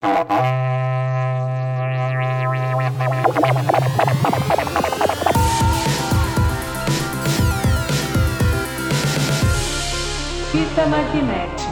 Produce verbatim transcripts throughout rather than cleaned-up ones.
Fita magnética.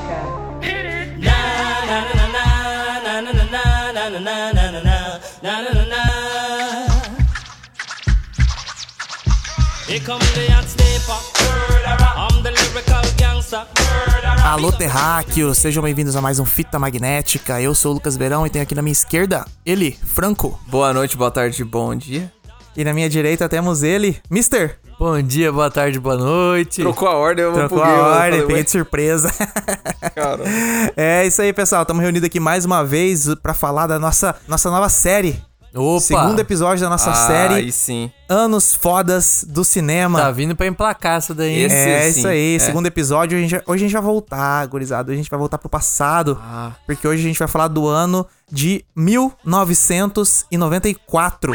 Alô, terráqueos, sejam bem-vindos a mais um Fita Magnética. Eu sou o Lucas Verão e tenho aqui na minha esquerda ele, Franco. Boa noite, boa tarde, bom dia. E na minha direita temos ele, Mister. Bom dia, boa tarde, boa noite. Trocou a ordem, eu Trocou buguei, a ordem, eu peguei de surpresa. Cara. É isso aí, pessoal. Estamos reunidos aqui mais uma vez pra falar da nossa, nossa nova série. Opa! Segundo episódio da nossa ah, série. Aí sim. Anos fodas do cinema. Tá vindo pra emplacar essa daí. Esse, é sim, isso aí, é. segundo episódio. Hoje a, gente, hoje a gente vai voltar, gurizada. Hoje a gente vai voltar pro passado. Ah. Porque hoje a gente vai falar do ano de mil novecentos e noventa e quatro.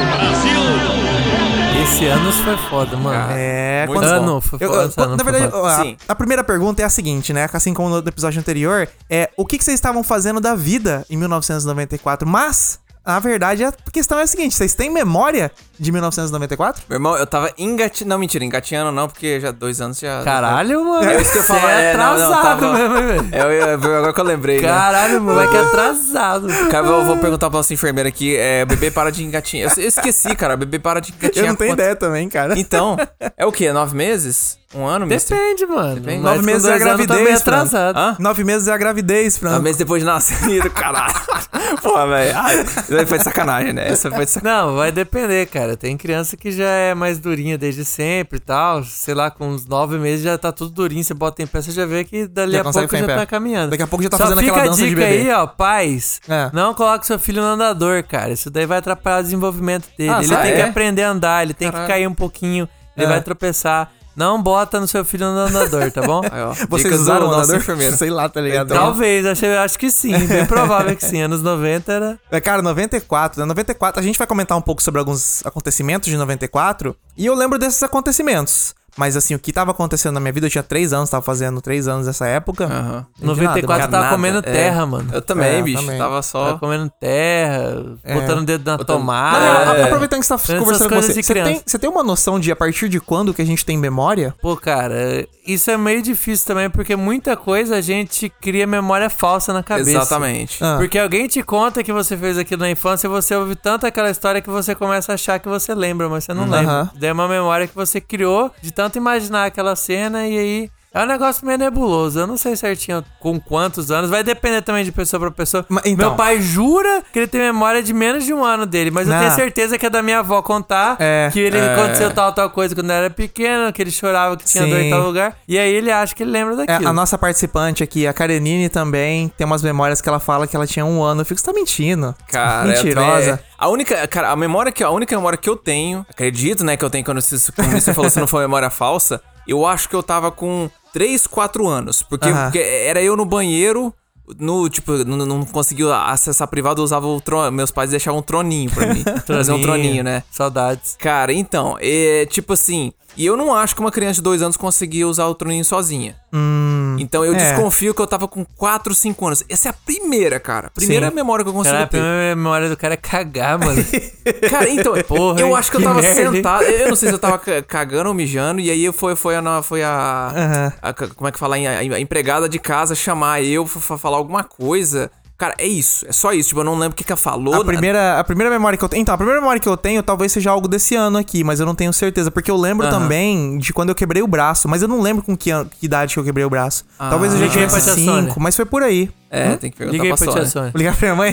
Esse ano foi foda, mano. É, Muito quando... ano foi Eu, foda. eu, esse ano na foi verdade, foda. a, Sim. a primeira pergunta é a seguinte, né? Assim como no episódio anterior, é o que, que vocês estavam fazendo da vida em mil novecentos e noventa e quatro? Mas, a verdade, a questão é a seguinte: vocês têm memória de mil novecentos e noventa e quatro? Meu irmão, eu tava engatinhando. Não, mentira, engatinhando não, porque já dois anos já. Caralho, mano. É isso que eu Você falo, é é, não, não, atrasado tava- mesmo, velho. É, eu, eu- agora que eu lembrei, né? Caralho, moleque é atrasado. Cara, eu vou perguntar pra nossa enfermeira aqui, é, bebê para de engatinhar. Eu, eu esqueci, cara, bebê para de engatinhar. Eu não tenho quanto- ideia também, cara. Então, é o quê? Nove meses? Um ano, mister? Depende, mano. Depende. Mas Nove com meses dois é a anos tá gravidez, bem Fran. atrasado. Hã? Nove meses é a gravidez, Fran. Nove meses depois de nascido, caralho. Porra, velho. Ai, isso aí foi de sacanagem, né? Essa foi de sacanagem. Não, vai depender, cara. Tem criança que já é mais durinha desde sempre e tal. Sei lá, com uns nove meses já tá tudo durinho. Você bota em pé, você já vê que dali Já a consegue pouco ficar já em pé. tá caminhando. Daqui a pouco já tá Só fazendo fica aquela a dança de dica bebê. aí, ó, pais. É. Não coloque seu filho no andador, cara. Isso daí vai atrapalhar o desenvolvimento dele. Ah, ele sério? tem que É? aprender a andar, ele tem Caralho. que cair um pouquinho, ele É. vai tropeçar. Não bota no seu filho no andador, tá bom? Aí, ó, Vocês dicas do usaram o nosso andador? enfermeiro. Sei lá, tá ligado? Talvez, acho, acho que sim. Bem provável que sim. Anos noventa era... É, cara, noventa e quatro, né? noventa e quatro, a gente vai comentar um pouco sobre alguns acontecimentos de noventa e quatro. E eu lembro desses acontecimentos. Mas assim, o que tava acontecendo na minha vida, eu tinha três anos, tava fazendo três anos nessa época. Aham. De noventa e quatro nada, tava Nada, comendo é. terra, mano. Eu também, É, bicho. também. Tava Tava só. comendo terra, botando o dedo na botando- tomada. Não, não, é. aproveitando que você tá Essas conversando com coisas você, de você criança. tem, você tem uma noção de a partir de quando que a gente tem memória? Pô, cara, isso é meio difícil também, porque muita coisa a gente cria memória falsa na cabeça. Exatamente. Ah. Porque alguém te conta que você fez aquilo na infância e você ouve tanto aquela história que você começa a achar que você lembra, mas você não Aham. lembra. Daí é uma memória que você criou de tanto imaginar aquela cena e aí... É um negócio meio nebuloso. Eu não sei certinho com quantos anos. Vai depender também de pessoa pra pessoa. Mas, então- Meu pai jura que ele tem memória de menos de um ano dele. Mas eu Não. tenho certeza que é da minha avó contar É. que ele É. aconteceu tal, tal coisa quando era pequeno, que ele chorava que tinha Sim. dor em tal lugar. E aí ele acha que ele lembra É, daquilo. a nossa participante aqui, a Karenine, também tem umas memórias que ela fala que ela tinha um ano. Eu fico, você tá mentindo. Cara, Mentirosa. é- a única, cara, a memória que a única memória que eu tenho, acredito, né, que eu tenho quando você, como você falou, se não for memória falsa, eu acho que eu tava com três, quatro anos, porque, Aham. porque era eu no banheiro, no tipo, não, não conseguia acessar privado, eu usava o trono, meus pais deixavam um troninho pra mim, fazer um troninho, né? Saudades. Cara, então, é tipo assim, e eu não acho que uma criança de dois anos conseguia usar o troninho sozinha. Hum, Então eu é. desconfio que eu tava com quatro, cinco anos. Essa é a primeira, cara. Primeira Sim. memória que eu consigo Cara, a ter. primeira memória do cara é cagar, mano. Cara, então, Porra, eu hein? acho que eu Que tava merda, hein? sentado. Eu não sei se eu tava ca- cagando ou mijando. E aí foi, foi, a, foi a, Aham. a- Como é que fala? A, a empregada de casa chamar eu pra pra falar alguma coisa. Cara, é isso. É só isso. Tipo, eu não lembro o que que ela falou. A primeira, a primeira memória que eu tenho. Então, a primeira memória que eu tenho talvez seja algo desse ano aqui, mas eu não tenho certeza. Porque eu lembro Aham. também de quando eu quebrei o braço, mas eu não lembro com que, an- que idade que eu quebrei o braço. Ah. Talvez eu já Liga aí pra tivesse tia Sônia. cinco, mas foi por aí. É, tem que perguntar Liga aí pra pra tia Sônia. Sônia. Vou ligar pra minha mãe?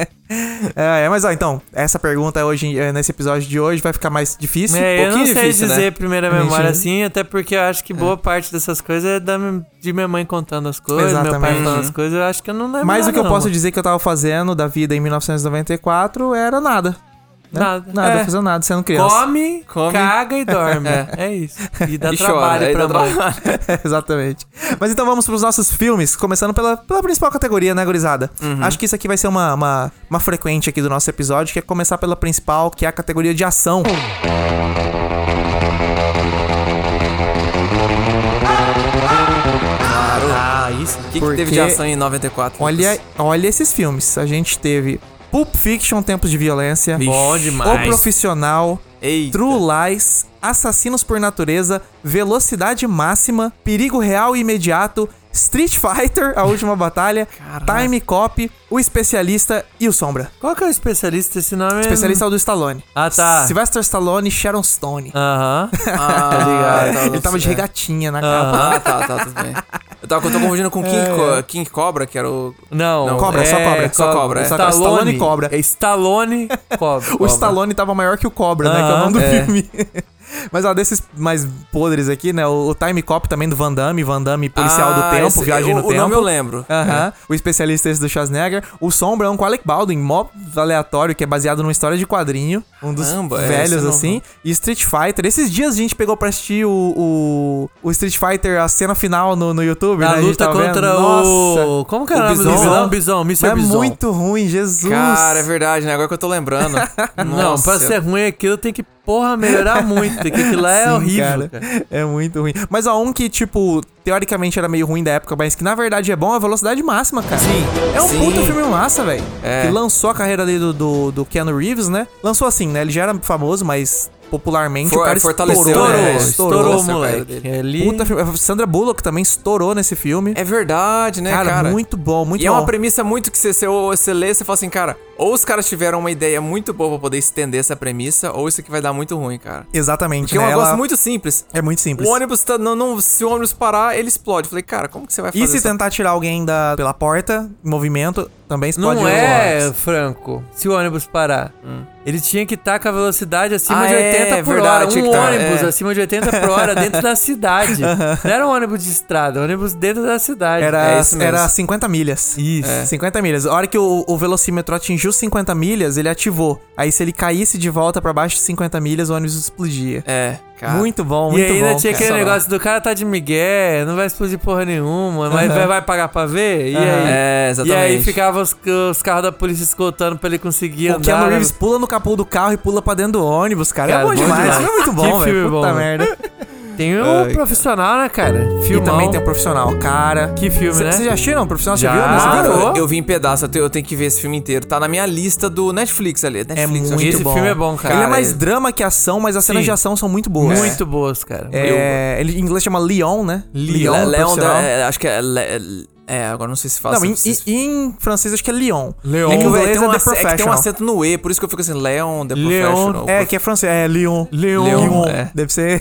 é, mas ó, então, essa pergunta hoje, é, nesse episódio de hoje, vai ficar mais difícil. É, eu não pouquinho sei difícil, dizer né? primeira Gente, memória né? assim, até porque eu acho que boa parte dessas coisas é da, de minha mãe contando as coisas, meu pai Exatamente. falando as coisas, eu acho que eu não lembro Mas nada, o que eu não, posso mano. dizer que eu tava fazendo da vida em mil novecentos e noventa e quatro era nada. né? Nada. Nada, É. fazendo nada, sendo criança. Come, Come. caga e dorme. É isso. E dá E trabalho chora, aí pra dá mãe. trabalho. Exatamente. Mas então vamos pros nossos filmes, começando pela, pela principal categoria, né, gurizada? Uhum. Acho que isso aqui vai ser uma, uma, uma frequente aqui do nosso episódio, que é começar pela principal, que é a categoria de ação. Ah, maneiríssimo. O que, que Porque- teve de ação em noventa e quatro? Olha, olha esses filmes. A gente teve Pulp Fiction, Tempos de Violência, Bom O demais. Profissional, Eita. True Lies, Assassinos por Natureza, Velocidade Máxima, Perigo Real e Imediato, Street Fighter, A Última Batalha, Time Cop, O Especialista e O Sombra. Qual que é o especialista? Esse nome é... Especialista é o do Stallone. Ah, tá. Sylvester Stallone e Sharon Stone. Aham. Ah, ligado. tá, Ele tava de é. regatinha na capa. Ah, tá, tá, tudo bem. Eu tava, eu tô confundindo com King, Co- King Cobra, que era o... Não, Não, Cobra, é, só cobra. Só cobra, é. Só Stallone e Cobra. É Stallone Cobra. O Stallone tava maior que o Cobra, né? Que é o Aham, nome do é. filme. Mas ó, desses mais podres aqui, né? O, o Time Cop também do Van Damme, Van Damme Policial Ah, do Tempo, esse- Viagem o, no o Tempo. nome eu lembro. Aham. O especialista esse do Schwarzenegger. O Sombra é um com Alec Baldwin, mó aleatório, que é baseado numa história de quadrinho. Um dos Caramba, é, velhos, esse eu não- assim. E Street Fighter. Esses dias a gente pegou pra assistir o, o, o Street Fighter, a cena final no, no YouTube, A né? A gente luta tava vendo. contra Nossa. o... Como que era O o nome do Bison. vilão? Bison, mister É Bison. muito ruim, Jesus. Cara, é verdade, né? Agora que eu tô lembrando. Não, Nossa. pra ser ruim aquilo tem que, porra, melhorar muito. Porque aquilo lá é Sim, horrível, cara. É muito ruim. Mas ó, um que, tipo, teoricamente era meio ruim da época, mas que na verdade é bom, é a Velocidade Máxima, cara. Sim. É um Sim. puta filme massa, velho. É. Que lançou a carreira ali do, do, do Keanu Reeves, né? Lançou assim, né? Ele já era famoso, mas popularmente For- o cara fortaleceu, estourou, né? né? Estourou, Estourou. estourou, a carreira moleque. dele. Ali... Puta filme. A Sandra Bullock também estourou nesse filme. É verdade, né, cara, cara? muito bom, muito e bom. é uma premissa muito que você, você, você lê e você fala assim, cara, ou os caras tiveram uma ideia muito boa pra poder estender essa premissa, ou isso aqui vai dar muito ruim, cara. Exatamente, Porque é um né? negócio Ela- muito simples. É muito simples. O ônibus tá. Não, não, se o ônibus parar, ele explode. Falei, cara, como que você vai fazer E se isso? tentar tirar alguém da, pela porta, em movimento, também explode Não o é, ônibus. Franco, se o ônibus parar. Ele tinha que estar com a velocidade acima Ah, de é, oitenta por verdade, hora. tinha Um que tá, ônibus é. acima de oitenta por hora dentro da cidade. Não era um ônibus de estrada, um ônibus dentro da cidade. Era, É isso mesmo. era cinquenta milhas. Isso. É. cinquenta milhas. A hora que o, o velocímetro atingiu cinquenta milhas, ele ativou. Aí se ele caísse de volta pra baixo de cinquenta milhas, o ônibus explodia. É, cara. Muito bom, E muito ainda bom. tinha cara. aquele negócio do cara tá de migué, não vai explodir porra nenhuma, mas vai, vai pagar pra ver? E Aham. aí? É, exatamente. E aí ficava os, os carros da polícia escoltando pra ele conseguir O andar. Keanu né? Reeves pula no capô do carro e pula pra dentro do ônibus, cara. Cara, é bom bom demais. demais. Isso é muito Que bom, filme velho. Puta bom. merda. Tem o Ai, Profissional, né, cara? E Filmão. também tem o Profissional. Cara, Que filme, Cê- né? Vocês já assistiram o Profissional? Você Já. viu? Né? Você Cara, viu? eu, eu vi em pedaço, eu tenho, eu tenho que ver esse filme inteiro. Tá na minha lista do Netflix ali. Netflix, É eu muito acho que- Esse bom. filme é bom, cara. Ele é mais Cara, drama que ação, mas as cenas Sim. de ação são muito boas. Muito boas, cara. É, ele em inglês chama Leon, né? Leon, do Leon Profissional. da, é, acho que é. Le- É, agora não sei se fala Não, em, se- em, em francês acho que é Leon. Leon. Em É que o inglês tem, é um The ace- é que tem um Professional. acento no E, por isso que eu fico assim, Leon, The Leon, Professional. É, que é francês. É Leon. Leon. Leon, é. Deve ser.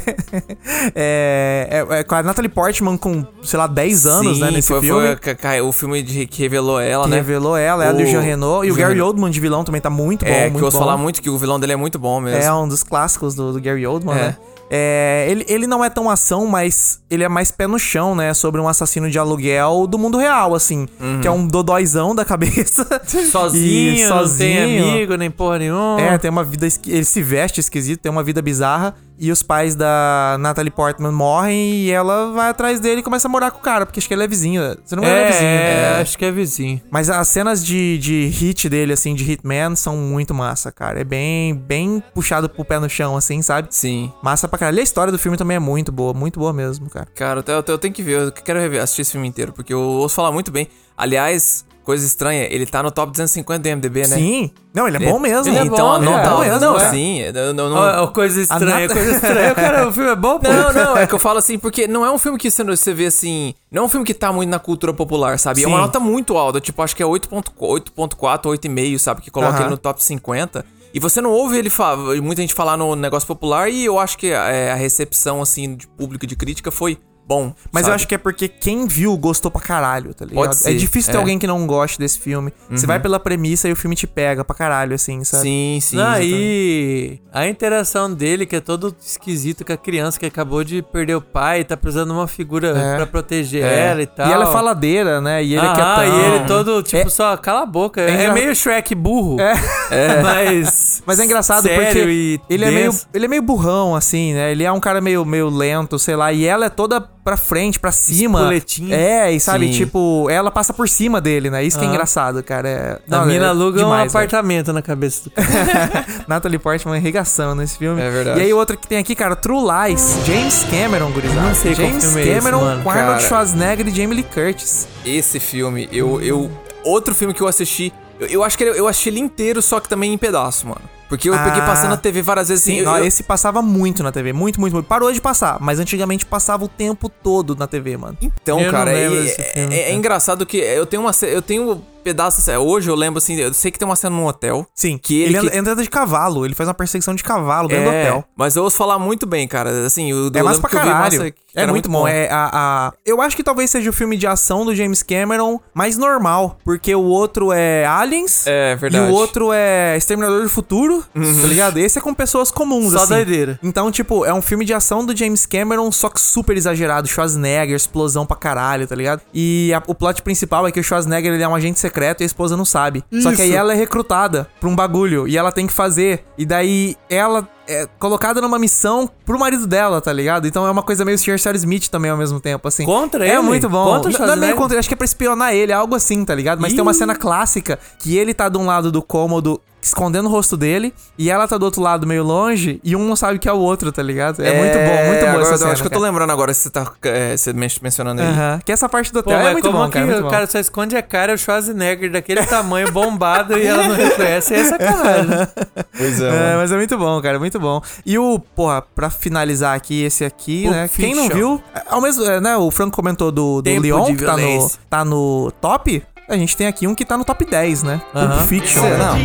é, é, é com a Natalie Portman com, sei lá, dez anos, Sim, né, nesse foi, filme. Foi ca- ca- o filme de, que revelou ela, que né? revelou ela, é a O- do Jean Reno. E o Jean Gary Reno. Oldman de vilão também tá muito bom, É, muito que eu ouço bom. falar muito que o vilão dele é muito bom mesmo. É um dos clássicos do, do Gary Oldman, É. né? É, ele, ele não é tão ação, mas ele é mais pé no chão, né? Sobre um assassino de aluguel do mundo real, assim. Que é um dodóizão da cabeça. Sozinho, E não tem amigo, nem porra nenhuma. É, tem uma vida. esqui- Ele se veste esquisito, tem uma vida bizarra. E os pais da Natalie Portman morrem e ela vai atrás dele e começa a morar com o cara, porque acho que ele é vizinho. Você não é, É, vizinho. é, acho que é vizinho. Mas as cenas de, de hit dele, assim, de Hitman, são muito massa, cara. É bem, bem puxado pro pé no chão, assim, sabe? Sim. Massa pra caralho. E a história do filme também é muito boa, muito boa mesmo, cara. Cara, eu, eu, eu tenho que ver, eu quero rever, assistir esse filme inteiro, porque eu ouço falar muito bem. Aliás, coisa estranha, ele tá no top duzentos e cinquenta do I M D B, né? Sim. Não, ele é bom mesmo. ele é Então, bom, não cara. tá. É bom mesmo, não, cara. sim. Eu, não, não, Ó, ó, coisa estranha, nata- coisa estranha. Cara, o filme é bom, pô. Não, não, é que eu falo assim, porque não é um filme que você, você vê assim. Não é um filme que tá muito na cultura popular, sabe? É uma Sim. nota muito alta, tipo, acho que é oito ponto quatro, oito vírgula cinco, sabe? Que coloca Aham. ele no top cinquenta. E você não ouve ele falar, muita gente falar no negócio popular, e eu acho que é, a recepção, assim, de público e de crítica foi bom. Mas sabe? eu acho que é porque quem viu gostou pra caralho, tá ligado? Pode É ser, difícil ter é. alguém que não goste desse filme. Você vai pela premissa e o filme te pega pra caralho, assim, sabe? Sim, sim. Não, exatamente. e a interação dele, que é todo esquisito com a criança que acabou de perder o pai, tá precisando de uma figura É. pra proteger É. ela e tal. E ela é faladeira, né? E ele é ah, quietão. e ele todo, tipo, É- só cala a boca. É, engra- meio Shrek burro. É. Mas. Mas é engraçado sério porque e ele é, meio, denso. ele é meio burrão, assim, né? Ele é um cara meio, meio lento, sei lá. E ela é toda pra frente, pra cima. Espoletinha. É, e sabe, Sim. tipo, ela passa por cima dele, né? Isso que é Ah. engraçado, cara. É... A Não, mina é aluga demais, um velho. apartamento na cabeça do cara. Natalie Portman, irrigação nesse filme. É verdade. E aí, outro que tem aqui, cara, True Lies. James Cameron, gurizada. Não sei qual James filme é esse, Cameron mano. com Arnold Cara. Schwarzenegger e Jamie Lee Curtis. Esse filme, eu, eu... Outro filme que eu assisti... Eu, eu acho que ele- eu assisti ele inteiro, só que também em pedaço, mano. Porque eu Ah. peguei passando na T V várias vezes. Sim, assim, eu- não, eu- esse passava muito na T V. Muito, muito, muito. Parou de passar, mas antigamente passava o tempo todo na T V, mano. Então, Eu não cara, é, lembro desse é- filme, é- é cara. engraçado que eu tenho uma... ce- Eu tenho pedaços... é, Hoje eu lembro, assim... Eu sei que tem uma cena num hotel. Sim, Que ele, ele... anda- que- entra de cavalo. Ele faz uma perseguição de cavalo dentro do É, hotel. mas eu ouço falar muito bem, cara. Assim, eu, É eu massa lembro pra que eu vi caralho. massa, que é era muito bom. É a, a... Eu acho que talvez seja o filme de ação do James Cameron mais normal. Porque o outro é Aliens. É, verdade. E o outro é Exterminador do Futuro. Tá ligado? Esse é com pessoas comuns, Só assim. doideira. Então, tipo, é um filme de ação do James Cameron, só que super exagerado. Schwarzenegger, explosão pra caralho, tá ligado? E a- o plot principal é que o Schwarzenegger ele é um agente secreto e a esposa não sabe. Só que aí ela é recrutada pra um bagulho e ela tem que fazer. E daí ela é colocada numa missão pro marido dela, tá ligado? Então é uma coisa meio senhor Sarah Smith também ao mesmo tempo, assim. Contra É ele? muito bom. Contra o Não- não é meio Schwarzenegger? contra, acho que é pra espionar ele, algo assim, tá ligado? Mas tem uma cena clássica que ele tá de um lado do cômodo escondendo o rosto dele e ela tá do outro lado meio longe e um não sabe que é o outro, tá ligado? É, muito bom, muito bom agora, essa eu cena, Acho que eu tô cara. lembrando agora, você tá é, você men- mencionando aí. Aham. Que essa parte do Pô, hotel é mas muito como bom, que cara, muito o bom. cara só esconde a cara, o Schwarzenegger daquele tamanho bombado e ela não reconhece, é sacanagem. Pois É, mas é muito bom, cara, muito bom. E o, porra, pra finalizar aqui, esse aqui, Pulp né? Quem não Fiction. viu, é, ao mesmo, é, né? O Franco comentou do, do Tempo Leon, de que tá no, violência. tá no top. A gente tem aqui um que tá no top dez, né? Aham. Pulp Fiction. Cê- não,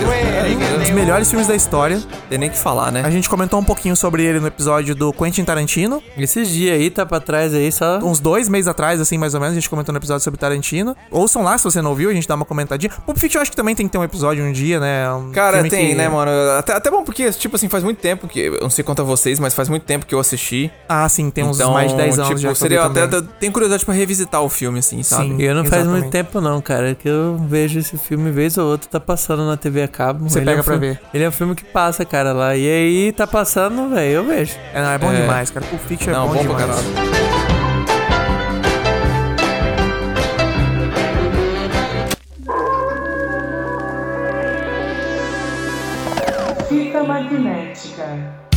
Um dos melhores filmes da história. tem nem que falar, né? A gente comentou um pouquinho sobre ele no episódio do Quentin Tarantino. Esses dias aí, tá pra trás aí, só... Uns dois meses atrás, assim, mais ou menos, a gente comentou no episódio sobre Tarantino. Ouçam lá, se você não ouviu, a gente dá uma comentadinha. Pulp Fiction eu acho que também tem que ter um episódio um dia, né? Um Cara, filme tem, que- né, mano? Até, até bom, porque, tipo assim, faz muito tempo que... Eu não sei quanto a vocês, mas faz muito tempo que eu assisti. Ah, sim, tem uns então, mais de dez anos tipo, já. que eu seria vi até, também. até- tenho curiosidade pra revisitar o filme, assim, sabe? Sim. E eu não faz Exatamente. muito tempo não, cara, que eu vejo esse filme vez ou outra, tá passando na T V a cabo. Você Ele pega é um pra filme- ver. Ele é um filme que passa, cara, lá. E aí, tá passando, velho, eu vejo. É, não, é bom É. demais, cara. Pulp Fiction Não, é bom, bom pra demais. caralho. Fita magnética.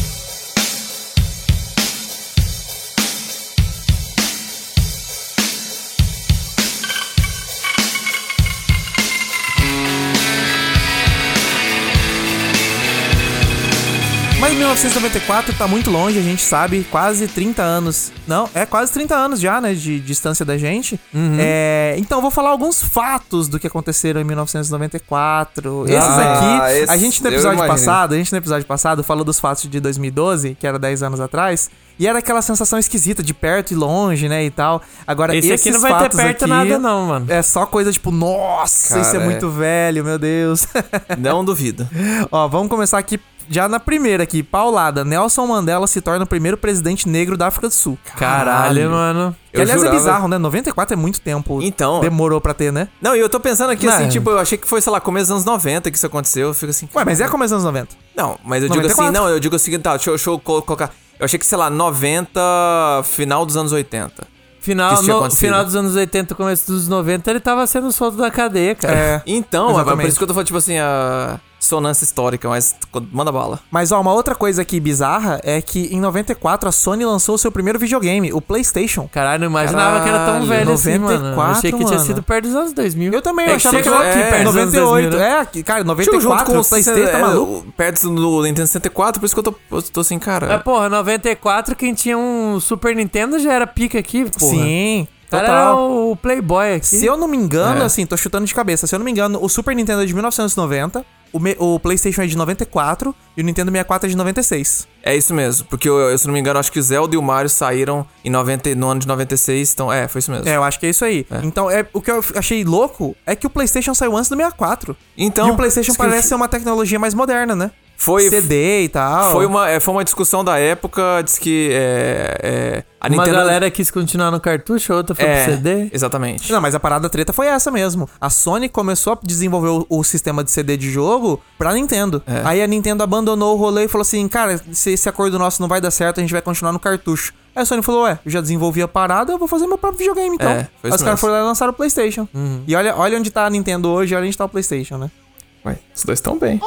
Mas mil novecentos e noventa e quatro tá muito longe, a gente sabe, quase trinta anos. Não, é quase trinta anos já, né, de distância da gente. É, então, eu vou falar alguns fatos do que aconteceram em mil novecentos e noventa e quatro. Esses Ah, aqui, esse- a gente no eu episódio imagino. passado, a gente no episódio passado falou dos fatos de dois mil e doze, que era dez anos atrás. E era aquela sensação esquisita de perto e longe, né, e tal. Agora, Esse esses aqui não vai ter fatos perto aqui nada não, mano. É só coisa tipo, nossa, isso é Cara, é. muito velho, meu Deus. Não duvido. Ó, vamos começar aqui já na primeira aqui, paulada. Nelson Mandela se torna o primeiro presidente negro da África do Sul. Caralho, mano. Que, Eu aliás, jurava- é bizarro, né? noventa e quatro é muito tempo. Então. Demorou pra ter, né? Não, e eu tô pensando aqui, Não, assim, é. tipo, eu achei que foi, sei lá, começo dos anos noventa que isso aconteceu. Eu fico assim... Ué, mas é começo dos anos noventa. Não, mas eu digo noventa e quatro. assim, não, eu digo assim, tá, deixa eu, deixa eu colo- colocar... Eu achei que, sei lá, noventa, final dos anos oitenta. Final, Isso tinha no, acontecido. final dos anos oitenta, começo dos noventa, ele tava sendo solto da cadeia, cara. É. Então, é por Exatamente. isso que eu tô falando, tipo assim, a sonância histórica, mas manda bala. Mas, ó, uma outra coisa aqui bizarra é que em noventa e quatro a Sony lançou o seu primeiro videogame, o PlayStation. Caralho, não imaginava que era tão Caralho, velho assim, mano. Eu noventa e quatro, achei que tinha mano. sido perto dos anos dois mil. Eu também, é eu que achava que chegou era aqui perto dos anos noventa e oito. dois mil, né? É, aqui, cara, noventa Chegou e junto quatro, com o PlayStation, tá é, maluco? perto do Nintendo sessenta e quatro, por isso que eu tô, eu tô assim, cara... Mas, porra, noventa e quatro, quem tinha um Super Nintendo já era pica aqui, porra. Sim, O cara era total. o Playboy aqui. Se eu não me engano, É. assim, tô chutando de cabeça. Se eu não me engano, o Super Nintendo é de mil novecentos e noventa, o, me- o PlayStation é de noventa e quatro e o Nintendo sessenta e quatro é de noventa e seis. É isso mesmo, porque eu, eu, se não me engano, acho que o Zelda e o Mario saíram em noventa, no ano de noventa e seis, então é, foi isso mesmo. É, eu acho que é isso aí. Então, é, o que eu achei louco é que o PlayStation saiu antes do sessenta e quatro. Então, e o PlayStation isso que eu- parece ser uma tecnologia mais moderna, né? Foi, C D e tal. Foi uma, é, foi uma discussão da época, diz que é, é, a Uma Nintendo... galera quis continuar no cartucho, outra foi é, pro C D. Exatamente. Não, mas a parada treta foi essa mesmo. A Sony começou a desenvolver o, o sistema de C D de jogo pra Nintendo. É. Aí a Nintendo abandonou o rolê e falou assim, cara, se esse acordo nosso não vai dar certo, a gente vai continuar no cartucho. Aí a Sony falou, ué, eu já desenvolvi a parada, eu vou fazer meu próprio videogame, então. É, foi Aí isso os caras mesmo. foram lá e lançaram o PlayStation. E olha, olha onde tá a Nintendo hoje, olha onde tá o PlayStation, né? Ué, os dois estão bem.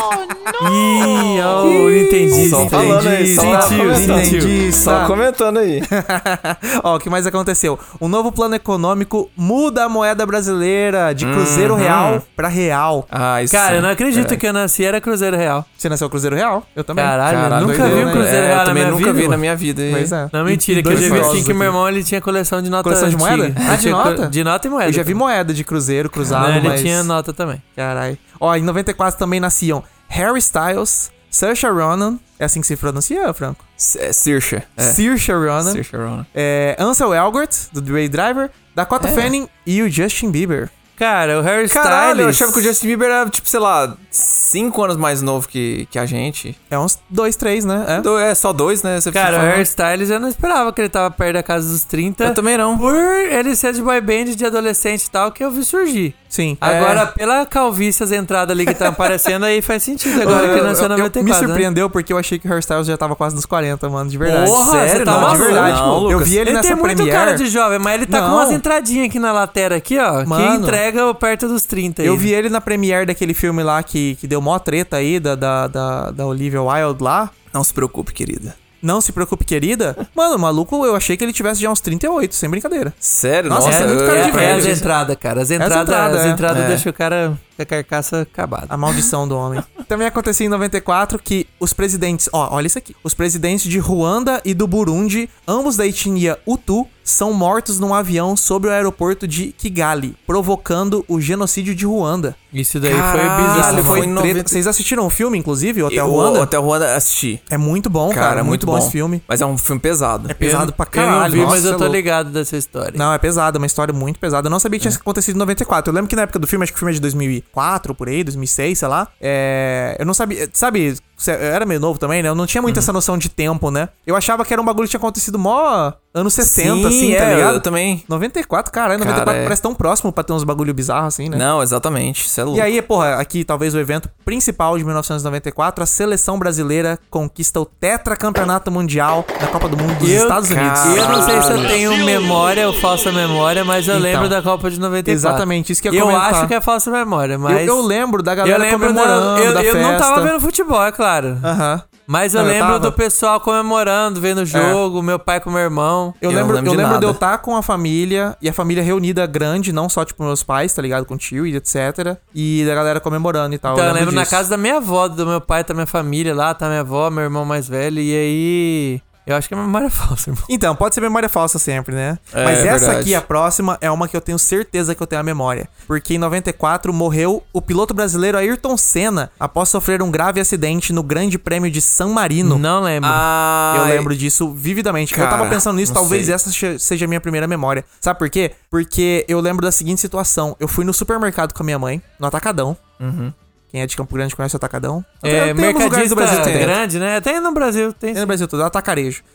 Ih, ó, o Nintendo. Só falando aí, só sentiu, comentando. sentiu. Só comentando aí. Ó, o que mais aconteceu? O novo plano econômico muda a moeda brasileira de Cruzeiro Uhum. Real pra Real. Ah, isso Cara, sim. eu não acredito É. que eu nasci era Cruzeiro Real. Você nasceu Cruzeiro Real? Eu também. Caralho, Caralho, eu nunca doideira, vi um né? Cruzeiro É, Real eu na também minha nunca vida. vi na mano. minha vida. Pois é. Não, mentira, E que eu dois já vi assim famosos que meu aqui. irmão ele tinha coleção de nota Coleção de antiga. moeda? Ah, Ele de tinha co- nota? De nota e moeda. Eu já vi moeda de Cruzeiro, cruzado, Não, ele mas... tinha nota também. Caralho. Ó, em noventa e quatro também nasciam Harry Styles, Saoirse Ronan, é assim que se pronuncia, Franco? É Saoirse. É. Saoirse Ronan, Saoirse Ronan. é, Ansel Elgort, do Dre Driver, Dakota É. Fanning e o Justin Bieber. Cara, o Harry Caralho, eu Styles... achava que o Justin Bieber era, tipo, sei lá, cinco anos mais novo que, que a gente. É uns dois, três, né? É. Do- É só dois, né? Você Cara, o falou. Harry Styles eu não esperava que ele tava perto da casa dos trinta. Eu também não. Por ele ser de boy band, de adolescente e tal, que eu vi surgir. Sim. Agora, É. pela calvície, as entradas ali que estão aparecendo aí, faz sentido agora que ele nasceu em Eu- eu- noventa e Me quatro, né? surpreendeu porque eu achei que o Harry Styles já tava quase nos quarenta, mano, de verdade. Porra, Sério? você tá Não, de maluco? verdade, Não, pô. Eu Lucas. vi ele, Ele nessa tem muito Premiere. cara de jovem, mas ele tá com Não. umas entradinhas aqui na lateral aqui, ó, que Mano. entrega perto dos trinta aí. Eu vi ele na Premiere daquele filme lá que, que deu mó treta aí, da, da, da, da Olivia Wilde lá. Não se preocupe, querida. Não se preocupe, querida. Mano, o maluco, eu achei que ele tivesse já uns trinta e oito, sem brincadeira. Sério? Nossa, Nossa, é muito eu- cara de É, velho, é as gente. entradas, cara. As entradas, entradas, as é. entradas É. deixam o cara com a carcaça acabada. A maldição do homem. Também acontecia em noventa e quatro que os presidentes... Ó, olha isso aqui. Os presidentes de Ruanda e do Burundi, ambos da etnia Hutu, são mortos num avião sobre o aeroporto de Kigali, provocando o genocídio de Ruanda. Isso daí Caralho, foi bizarro. Isso foi foi em treta. noventa. Vocês assistiram o filme, inclusive, o Hotel Eu- Ruanda? O Hotel Ruanda assisti. É muito bom, cara. Cara, é muito, bom, esse filme. Mas é um filme pesado. É pesado pra Eu não caralho. vi, nossa, mas eu é tô louco. ligado dessa história. Não, é pesado, é uma história muito pesada. Eu não sabia que tinha acontecido em noventa e quatro. Eu lembro que na época do filme, acho que o filme é de dois mil e quatro, por aí, dois mil e seis, sei lá. É... Eu não sabia... Sabe, eu era meio novo também, né? Eu não tinha muito essa noção de tempo, né? Eu achava que era um bagulho que tinha acontecido mó anos sessenta, Sim, assim, tá é, ligado? eu também. noventa e quatro, caralho, noventa e quatro Cara, é. parece tão próximo pra ter uns bagulho bizarro assim, né? Não, exatamente. Isso é louco. E aí, porra, aqui talvez o evento principal de mil novecentos e noventa e quatro, a seleção brasileira conquista o tetracampeonato mundial da Copa do Mundo dos Eu- Estados Unidos. cara, Eu não sei se eu tenho memória ou falsa memória, mas eu Então, lembro da Copa de noventa e quatro. exatamente, isso que eu ia Eu comentar. acho que é falsa memória, Eu, mas... eu lembro da eu galera lembro comemorando, da, eu, da eu festa. não tava vendo futebol, é claro. Aham. Mas eu Não, eu lembro tava. do pessoal comemorando, vendo o jogo, meu pai com meu irmão. Eu, Eu lembro, não lembro eu de lembro de eu nada. estar com a família, e a família reunida grande, não só, tipo, meus pais, tá ligado? Com o tio e etcétera. E da galera comemorando e tal. Então eu lembro na disso. casa da minha avó, do meu pai, tá minha família lá, tá minha avó, meu irmão mais velho, e aí... Eu acho que é memória falsa, irmão. Então, pode ser memória falsa sempre, né? É, Mas é essa verdade. aqui, a próxima, é uma que eu tenho certeza que eu tenho a memória. Porque em noventa e quatro morreu o piloto brasileiro Ayrton Senna após sofrer um grave acidente no Grande Prêmio de San Marino. Não lembro. Ah, Eu lembro disso vividamente. Cara, eu tava pensando nisso, não talvez sei. essa che- seja a minha primeira memória. Sabe por quê? Porque eu lembro da seguinte situação. Eu fui no supermercado com a minha mãe, no Atacadão. Uhum. Quem é de Campo Grande conhece o Atacadão. É, Tem uns lugares mercadista do Brasil que tem. grande, né? Tem no Brasil, tem. Tem no Brasil todo, é atacarejo.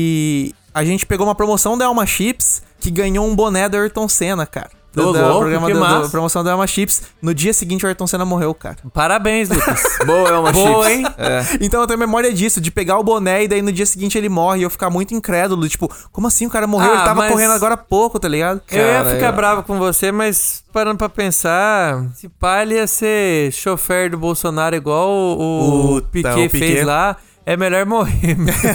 E a gente pegou uma promoção da Elma Chips que ganhou um boné do Ayrton Senna, cara. Ô, Da- da louco, programa que da, da massa. promoção da Elma Chips. No dia seguinte o Ayrton Senna morreu, cara. Parabéns, Lucas. Boa, é uma Boa, chips. hein? É. Então eu tenho memória disso, de pegar o boné e daí no dia seguinte ele morre e eu ficar muito incrédulo. Tipo, como assim o cara morreu? Ah, Ele tava mas- correndo agora há pouco, tá ligado? Eu ia Cara, ficar eu- bravo com você, mas parando pra pensar, se pá, ele ia ser chofer do Bolsonaro igual o, o Puta, Piquet o Piquet. fez lá, é melhor morrer.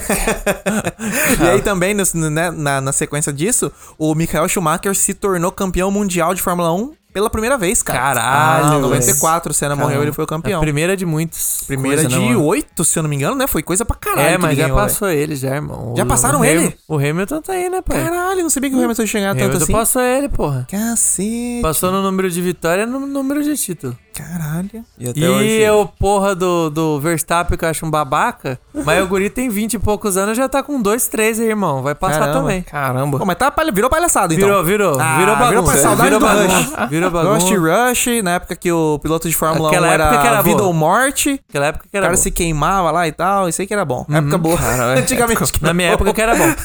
E aí também, no- né, na, na sequência disso, o Michael Schumacher se tornou campeão mundial de Fórmula um pela primeira vez, cara. Caralho, Ah, em noventa e quatro, o Senna Caramba. morreu, ele foi o A campeão. primeira de muitos. Primeira coisa, de né, mano? oito, se eu não me engano, né? Foi coisa pra caralho. É, que mas ele já ganhou, passou ele já, irmão. Já O- passaram o ele? Ham- O Hamilton tá aí, né, pai? velho. Caralho, não sabia que o Hamilton ia chegar O tanto Hamilton assim. passou ele, porra. Cacete. Passou no número de vitória e no número de título. Caralho. E até E hoje... o porra do, do Verstappen, que eu acho um babaca, mas o guri tem vinte e poucos anos, já tá com dois, três aí, irmão. Vai passar Caramba. também. Caramba. Pô, mas tá, palha- virou palhaçada, então. Virou, virou. Ah, virou virou bagunça. pra saudade virou do bagunça. Rush. Virou Ghost bagunça. Rush, na época que o piloto de Fórmula Aquela um era, época que era vida boa. ou morte. Naquela época que O era cara bom. se queimava lá e tal. Isso aí que era bom. Época boa. Caralho. Antigamente. que Na era minha bom. época que era bom.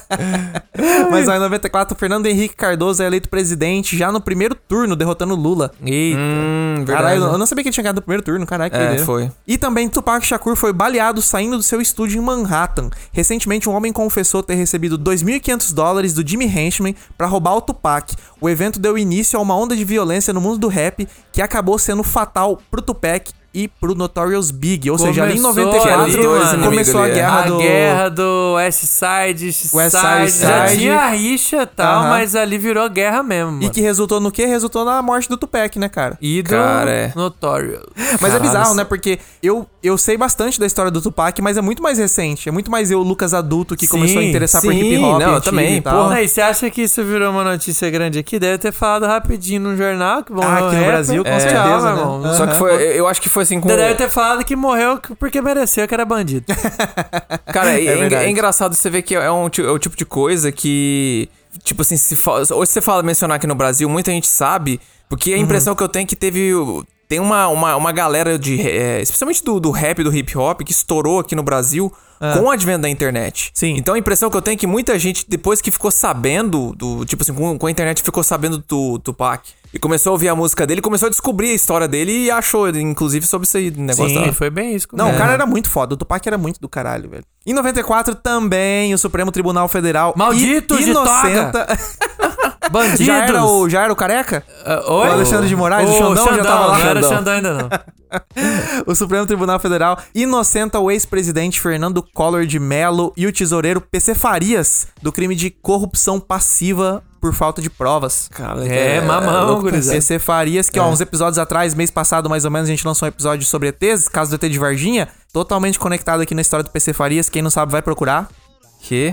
Mas aí em noventa e quatro, Fernando Henrique Cardoso é eleito presidente já no primeiro turno, derrotando Lula. Eita. Hum, verdade. Caralho, eu não sabia que ele tinha ganhado no primeiro turno. Caralho, que É, doideira. foi. E também Tupac Shakur foi baleado saindo do seu estúdio em Manhattan. Recentemente, um homem confessou ter recebido dois mil e quinhentos dólares do Jimmy Henchman pra roubar o Tupac. O evento deu início a uma onda de violência no mundo do rap que acabou sendo fatal pro Tupac e pro Notorious Big. Ou seja, ali em Começou noventa e quatro ali, mano. começou a ali, é. guerra A do... guerra do West Side, East West Side. Side, Já Side. tinha rixa e tal, Aham. mas ali virou guerra mesmo, mano. E que resultou no quê? Resultou na morte do Tupac, né, cara? E do Cara, é. Notorious. Mas é Caralho, bizarro, isso- né? Porque eu, eu sei bastante da história do Tupac, mas é muito mais recente. É muito mais eu, Lucas adulto, que Sim, começou a interessar por sim, hip hop. não, eu antigo também, e tal. porra. E você acha que isso virou uma notícia grande aqui? Deve ter falado rapidinho num jornal que bom. Ah, aqui no Brasil, com certeza, né? irmão. Só que foi, eu eu acho que foi assim com... Deve ter falado que morreu porque mereceu, que era bandido. Cara, é, é verdade. é engraçado você ver que é, um, ti- é o tipo de coisa que... Tipo assim, se fa- hoje você fala mencionar aqui no Brasil, muita gente sabe, porque a impressão que eu tenho é que teve... Tem uma, uma, uma galera de... é, especialmente do, do rap, do hip hop, que estourou aqui no Brasil com o advento da internet. Sim. Então a impressão que eu tenho é que muita gente, depois que ficou sabendo do... Tipo assim, com, com a internet ficou sabendo do Tupac e começou a ouvir a música dele, começou a descobrir a história dele e achou, inclusive, sobre isso aí, do negócio Sim, da... Foi bem isso. Não, comigo. o cara era muito foda. O Tupac era muito do caralho, velho. Em noventa e quatro, também, o Supremo Tribunal Federal... Maldito de inocenta... Bandidos. já, era o, já era o careca? Ah, oi? O Alexandre de Moraes, o Xandão já tava lá? Não era o Xandão. Xandão ainda não. O Supremo Tribunal Federal inocenta o ex-presidente Fernando Collor de Mello e o tesoureiro P C Farias do crime de corrupção passiva por falta de provas. Cara, É, mamão, louco gurizada. P C Farias, que ó, uns episódios atrás, mês passado mais ou menos, a gente lançou um episódio sobre E Tês, caso do E T de Varginha, totalmente conectado aqui na história do P C Farias, quem não sabe vai procurar. Que?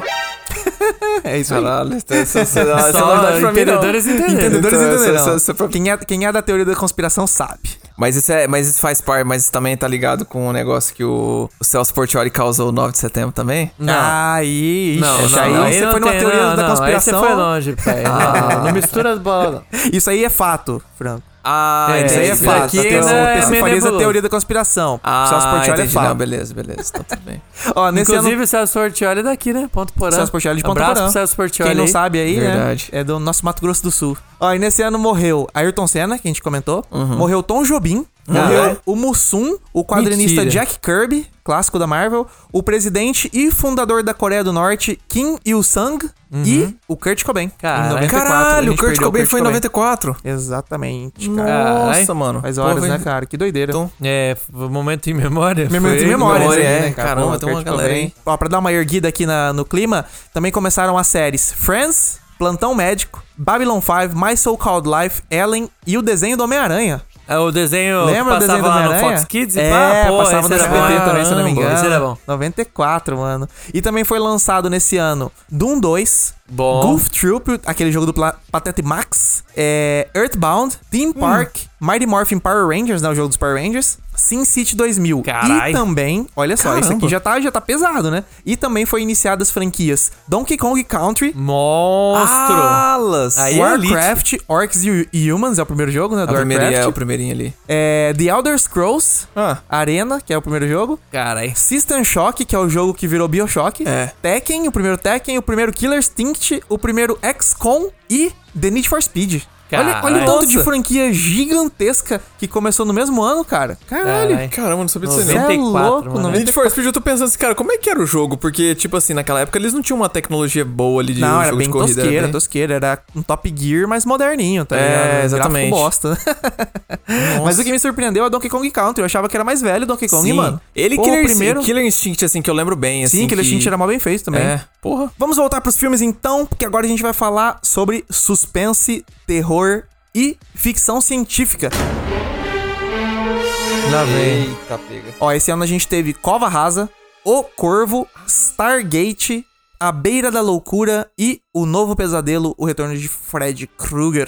É isso aí. Caralho, essa essa- essa é Só novidade pra mim, não. entendedores entenderam. Entendedores Então, essa- entenderão. essa- essa- Quem, é, quem é da teoria da conspiração sabe. Mas isso, é, mas isso faz parte, mas isso também tá ligado com o negócio que o, o Celso Portiolli causou o nove de setembro também? Não. Aí, Não, ixi, não, aí não, você não foi numa tem, teoria não, da não, conspiração. Aí você foi longe, pai. Não, não mistura as bolas, não. Isso aí é fato, Franco. Ah, É, Isso aí é esse fato. daqui A teoria- ainda é P C meio Farias é nebuloso. teoria da conspiração. Ah, o Celso Portiolli é entendi. Não, fato. beleza, beleza. Então tudo bem. Ó, nesse Inclusive, ano... o Celso Portiolli é daqui, né? Ponto Porã. Celso Portiolli de Ponta Abraço Porã. pro Celso Portiolli. Quem não aí. sabe aí, Verdade. né? É do nosso Mato Grosso do Sul. Ó, e nesse ano morreu Ayrton Senna, que a gente comentou. Morreu Tom Jobim. Morreu Caralho. o Mussum, o quadrinista Mentira. Jack Kirby, clássico da Marvel. O presidente e fundador da Coreia do Norte, Kim Il-sung. E o Kurt Cobain. Caralho. em noventa e quatro. A Caralho, o gente Kurt perdeu Cobain foi em noventa e quatro. Exatamente, cara. Nossa, Caralho. mano. Faz Pô, horas, foi- né, cara? Que doideira. Então, É, foi um momento em memória. Memento foi- de memória, memória, esse aí, é. né, cara? Caramba, Pô, tem uma Kurt galera Cobain. aí. Ó, pra dar uma erguida aqui na, no clima, também começaram as séries Friends, Plantão Médico, Babylon five, My So-Called Life, Ellen e o desenho do Homem-Aranha. É o desenho Lembra o que desenho passava do lá no Homem-Aranha? Fox Kids? E É, pá, pô, passava esse no era S B T bom. também, se eu não me Caramba, engano. esse era bom. noventa e quatro, mano. E também foi lançado nesse ano Doom dois, Bom. Goof Troop, aquele jogo do Pla- Pateta e Max, é, Earthbound, Theme Park, Mighty Morphin Power Rangers, né, o jogo dos Power Rangers, Sin City dois mil. Carai. E também, olha só, isso Caramba. aqui já tá, já tá pesado, né? E também foi iniciadas franquias Donkey Kong Country, Monstro. Alas! Aí é elite. Warcraft, Orcs e e Humans, é o primeiro jogo, né, A do primeirinha, é o Warcraft. primeirinho ali. É, The Elder Scrolls, Ah. Arena, que é o primeiro jogo. Carai. System Shock, que é o jogo que virou BioShock. É. Tekken, o primeiro Tekken, o primeiro Killer Instinct, o primeiro X COM e The Need for Speed. Olha, olha o Caralho. tanto de Nossa. franquia gigantesca que começou no mesmo ano, cara. Caralho. Carai. Caramba, não sabia disso Você nem. é noventa e quatro, louco, mano. noventa Need for Speed, eu tô pensando assim, cara, como é que era o jogo? Porque, tipo assim, naquela época eles não tinham uma tecnologia boa ali de Não, um era jogo bem de corrida. tosqueira, era bem- tosqueira. Era um Top Gear, mas moderninho, tá É, ligado? Gráfico exatamente. bosta. Mas o que me surpreendeu é Donkey Kong Country. Eu achava que era mais velho o Donkey Kong, Sim. mano. Ele Pô, Killer, o primeiro... Killer Instinct, assim, que eu lembro bem, assim. Sim, Killer que... Instinct era mal bem feito também. É, porra. Vamos voltar pros filmes então, porque agora a gente vai falar sobre suspense, terror e ficção científica. Lá vem. Eita, pega. Ó, esse ano a gente teve Cova Rasa, O Corvo, Stargate, A Beira da Loucura e O Novo Pesadelo, O Retorno de Fred Krueger.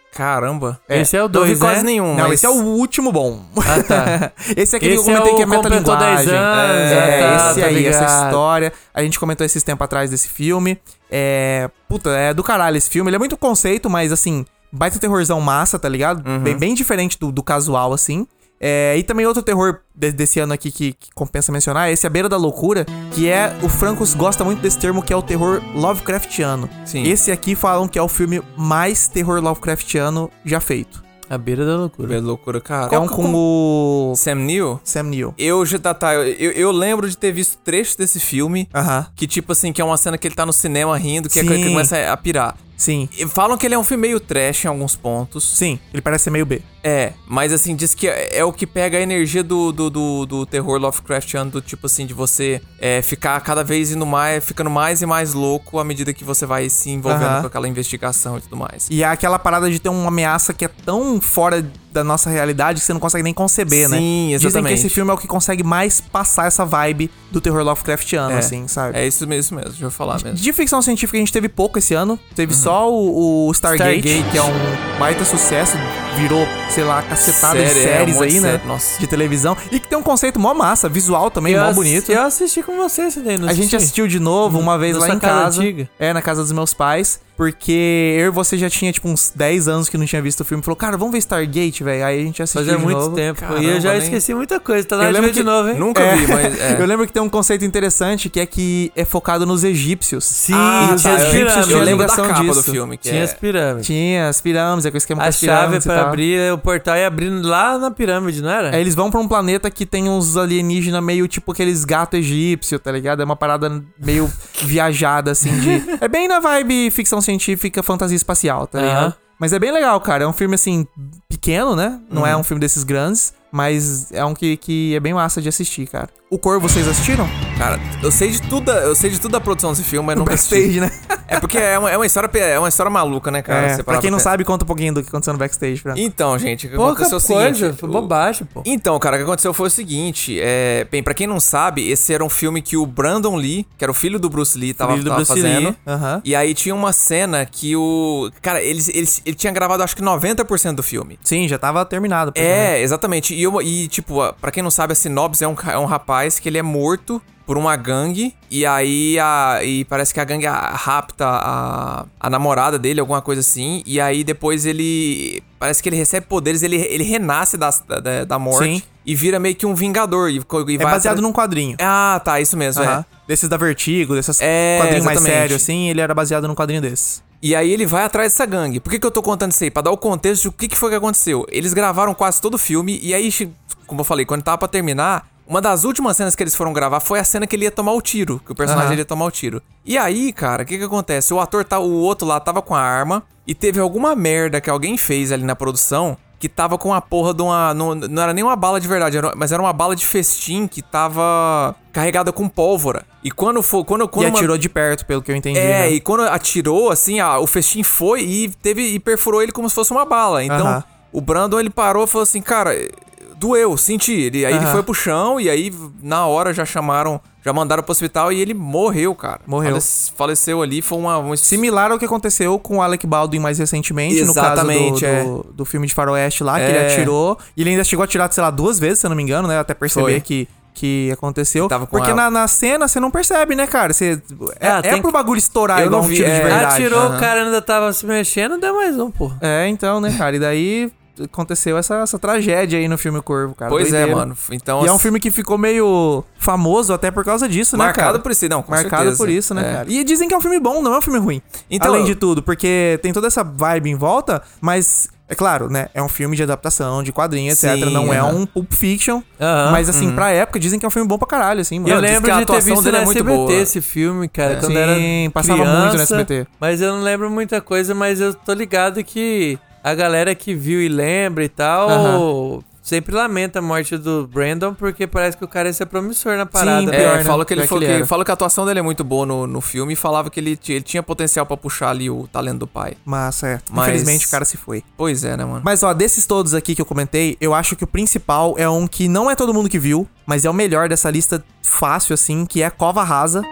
Caramba. Esse é o Não dois, vi quase né? nenhum, Não, mas... esse é o último bom. Ah, tá. Esse é aquele Esse que eu comentei é o que é completou metalinguagem. dez anos, É, ah, tá, esse tá aí, essa ligado. história. A gente comentou esses tempos atrás desse filme. É. Puta, é do caralho esse filme. Ele é muito conceito, mas assim, baita terrorzão massa, tá ligado? Uhum. Bem, bem diferente do, do casual, assim. É, e também outro terror de- desse ano aqui que, que compensa mencionar, esse é A Beira da Loucura, que é, o Francos gosta muito desse termo, que é o terror Lovecraftiano. Sim. Esse aqui falam que é o filme mais terror Lovecraftiano já feito. A beira da loucura. É loucura, cara. É um com o Sam Neill? Sam Neill. Eu já tá, tá, eu, eu lembro de ter visto trechos desse filme. Aham. Que tipo assim, que é uma cena que ele tá no cinema rindo, que, é, Sim. que começa a pirar. Sim, E falam que ele é um filme meio trash em alguns pontos. sim, ele parece ser meio B. É, mas assim, diz que é, é o que pega a energia do, do, do, do terror Lovecraftiano, do tipo assim, de você é, ficar cada vez indo mais, ficando mais e mais louco à medida que você vai se envolvendo Aham. com aquela investigação e tudo mais. E é aquela parada de ter uma ameaça que é tão fora da nossa realidade que você não consegue nem conceber, né? Sim, Dizem exatamente. que esse filme é o que consegue mais passar essa vibe do terror Lovecraftiano, É, assim, sabe? É isso mesmo, mesmo, deixa eu falar mesmo. De ficção científica a gente teve pouco esse ano. Teve só o, o Stargate, Stargate. que é um baita sucesso. Virou, sei lá, cacetada de Série, é, séries um monte aí, de né? série, nossa. De televisão. E que tem um conceito mó massa, visual também, eu mó ass- bonito. Eu assisti com você esse daí, não A gente assisti? assistiu de novo uma vez Na lá sua em casa casa. antiga? É, na casa dos meus pais. Porque eu e você já tinha, tipo, uns dez anos que não tinha visto o filme. Falou, cara, vamos ver Stargate, velho. Aí a gente assistiu Fazia de muito novo. tempo. Caramba, e eu já nem- esqueci muita coisa. Tá na Eu hora de lembro ver de que- novo, hein? Nunca É. vi, mas é. Eu lembro que tem um conceito interessante que é que é focado nos egípcios. Sim, Ah, e tá, os eu- egípcios eu tinham lembro da ligação capa disso. do filme, que Tinha é... as pirâmides. Tinha as pirâmides, é com o esquema com A as chave pirâmides e pra tal. abrir o portal e abrindo lá na pirâmide, não era? Aí eles vão pra um planeta que tem uns alienígenas meio tipo aqueles gatos egípcios, tá ligado? É uma parada meio viajada, assim, de... É bem na vibe ficção científica, fantasia espacial, tá ligado? Aham. Mas é bem legal, cara. É um filme, assim, pequeno, né? Não Uhum. é um filme desses grandes, mas é um que, que é bem massa de assistir, cara. O Corvo, vocês assistiram? Cara, eu sei de tudo, da- eu sei de tudo da produção desse filme, mas No nunca assisti. backstage, né? É porque é uma, é uma história, é uma história maluca, né, cara? É, Você pra parar quem não pensar. sabe, conta um pouquinho do que aconteceu no backstage, Fran. Então, gente, o que Pouca aconteceu é o coisa, seguinte... foi o- bobagem, pô. Então, cara, o que aconteceu foi o seguinte, é... Bem, pra quem não sabe, esse era um filme que o Brandon Lee, que era o filho do Bruce Lee, tava, Filho do tava Bruce fazendo. Lee, aham. E aí tinha uma cena que o... Cara, ele, ele, ele tinha gravado acho que noventa por cento do filme. Sim, já tava terminado. praticamente. É, exatamente. E, eu- e, tipo, a- pra quem não sabe, a sinopse é um, ca- é um rapaz que ele é morto por uma gangue. E aí, a, e parece que a gangue a- rapta a, a namorada dele, alguma coisa assim. E aí, depois ele... Parece que ele recebe poderes, ele, ele renasce da, da, da morte. Sim. E vira meio que um vingador. E, co- e É vai baseado atrás- num quadrinho. Ah, tá, isso mesmo, Aham. é. Desses da Vertigo, desses É, quadrinhos mais exatamente. sérios, assim, ele era baseado num quadrinho desse. E aí ele vai atrás dessa gangue. Por que, que eu tô contando isso aí? Pra dar o contexto de o que, que foi que aconteceu. Eles gravaram quase todo o filme, e aí, che- como eu falei, quando tava pra terminar, uma das últimas cenas que eles foram gravar foi a cena que ele ia tomar o tiro, que o personagem Aham. ia tomar o tiro. E aí, cara, o que que acontece? O ator, tá, o outro lá, tava com a arma, e teve alguma merda que alguém fez ali na produção, que tava com a porra de uma... Não, não era nem uma bala de verdade, era- mas era uma bala de festim que tava carregada com pólvora. E quando for... Quando, quando E uma- atirou de perto, pelo que eu entendi, é, né? e quando atirou, assim, a- o festim foi e teve e perfurou ele como se fosse uma bala. Então, Aham. o Brandon, ele parou e falou assim, cara, doeu, senti. Ele, aí ele Aham. foi pro chão e aí, na hora, já chamaram, já mandaram pro hospital e ele morreu, cara. Morreu. Falec- faleceu ali, foi uma... uma Similar ao que aconteceu com o Alec Baldwin mais recentemente, Exatamente, no é. caso do, do, do filme de faroeste lá, que É. ele atirou. E ele ainda chegou a atirar, sei lá, duas vezes, se eu não me engano, né? Até perceber Foi. que, que aconteceu. Tava com Porque a- na, na cena você não percebe, né, cara? Você, é, Ah, é tem pro que- bagulho estourar Eu igual não um vi, tiro de é. verdade. Atirou, aham. o cara ainda tava se mexendo, deu mais um, pô. É, então, né, cara? E daí aconteceu essa, essa tragédia aí no filme Corvo, cara. Pois é, Doideira. mano. Então, E é um assim, filme que ficou meio famoso até por causa disso, né, cara? marcado por isso, não, com Marcado certeza. por isso, né, É. cara? E dizem que é um filme bom, não é um filme ruim. Então, Além de eu- tudo, porque tem toda essa vibe em volta, mas, é claro, né? É um filme de adaptação, de quadrinho, etcétera. Sim, Não é aham. um Pulp Fiction. Aham. Mas, assim, pra época, dizem que é um filme bom pra caralho, assim, mano. Eu diz lembro que a de ter atuação visto dele no é muito S B T boa. esse filme, cara, quando Sim, era passava criança, muito no S B T. Mas eu não lembro muita coisa, mas eu tô ligado que a galera que viu e lembra e tal... Aham. Sempre lamenta a morte do Brandon, porque parece que o cara ia ser promissor na parada. Sim, né? É, pior, né? fala que ele, Pior falou que que, ele era. fala que a atuação dele é muito boa no, no filme e falava que ele, ti- ele tinha potencial pra puxar ali o talento do pai. Massa, é. Mas- Infelizmente, o cara se foi. Pois é, né, mano? Mas, ó, desses todos aqui que eu comentei, eu acho que o principal é um que não é todo mundo que viu, mas é o melhor dessa lista fácil, assim, que é Cova Rasa.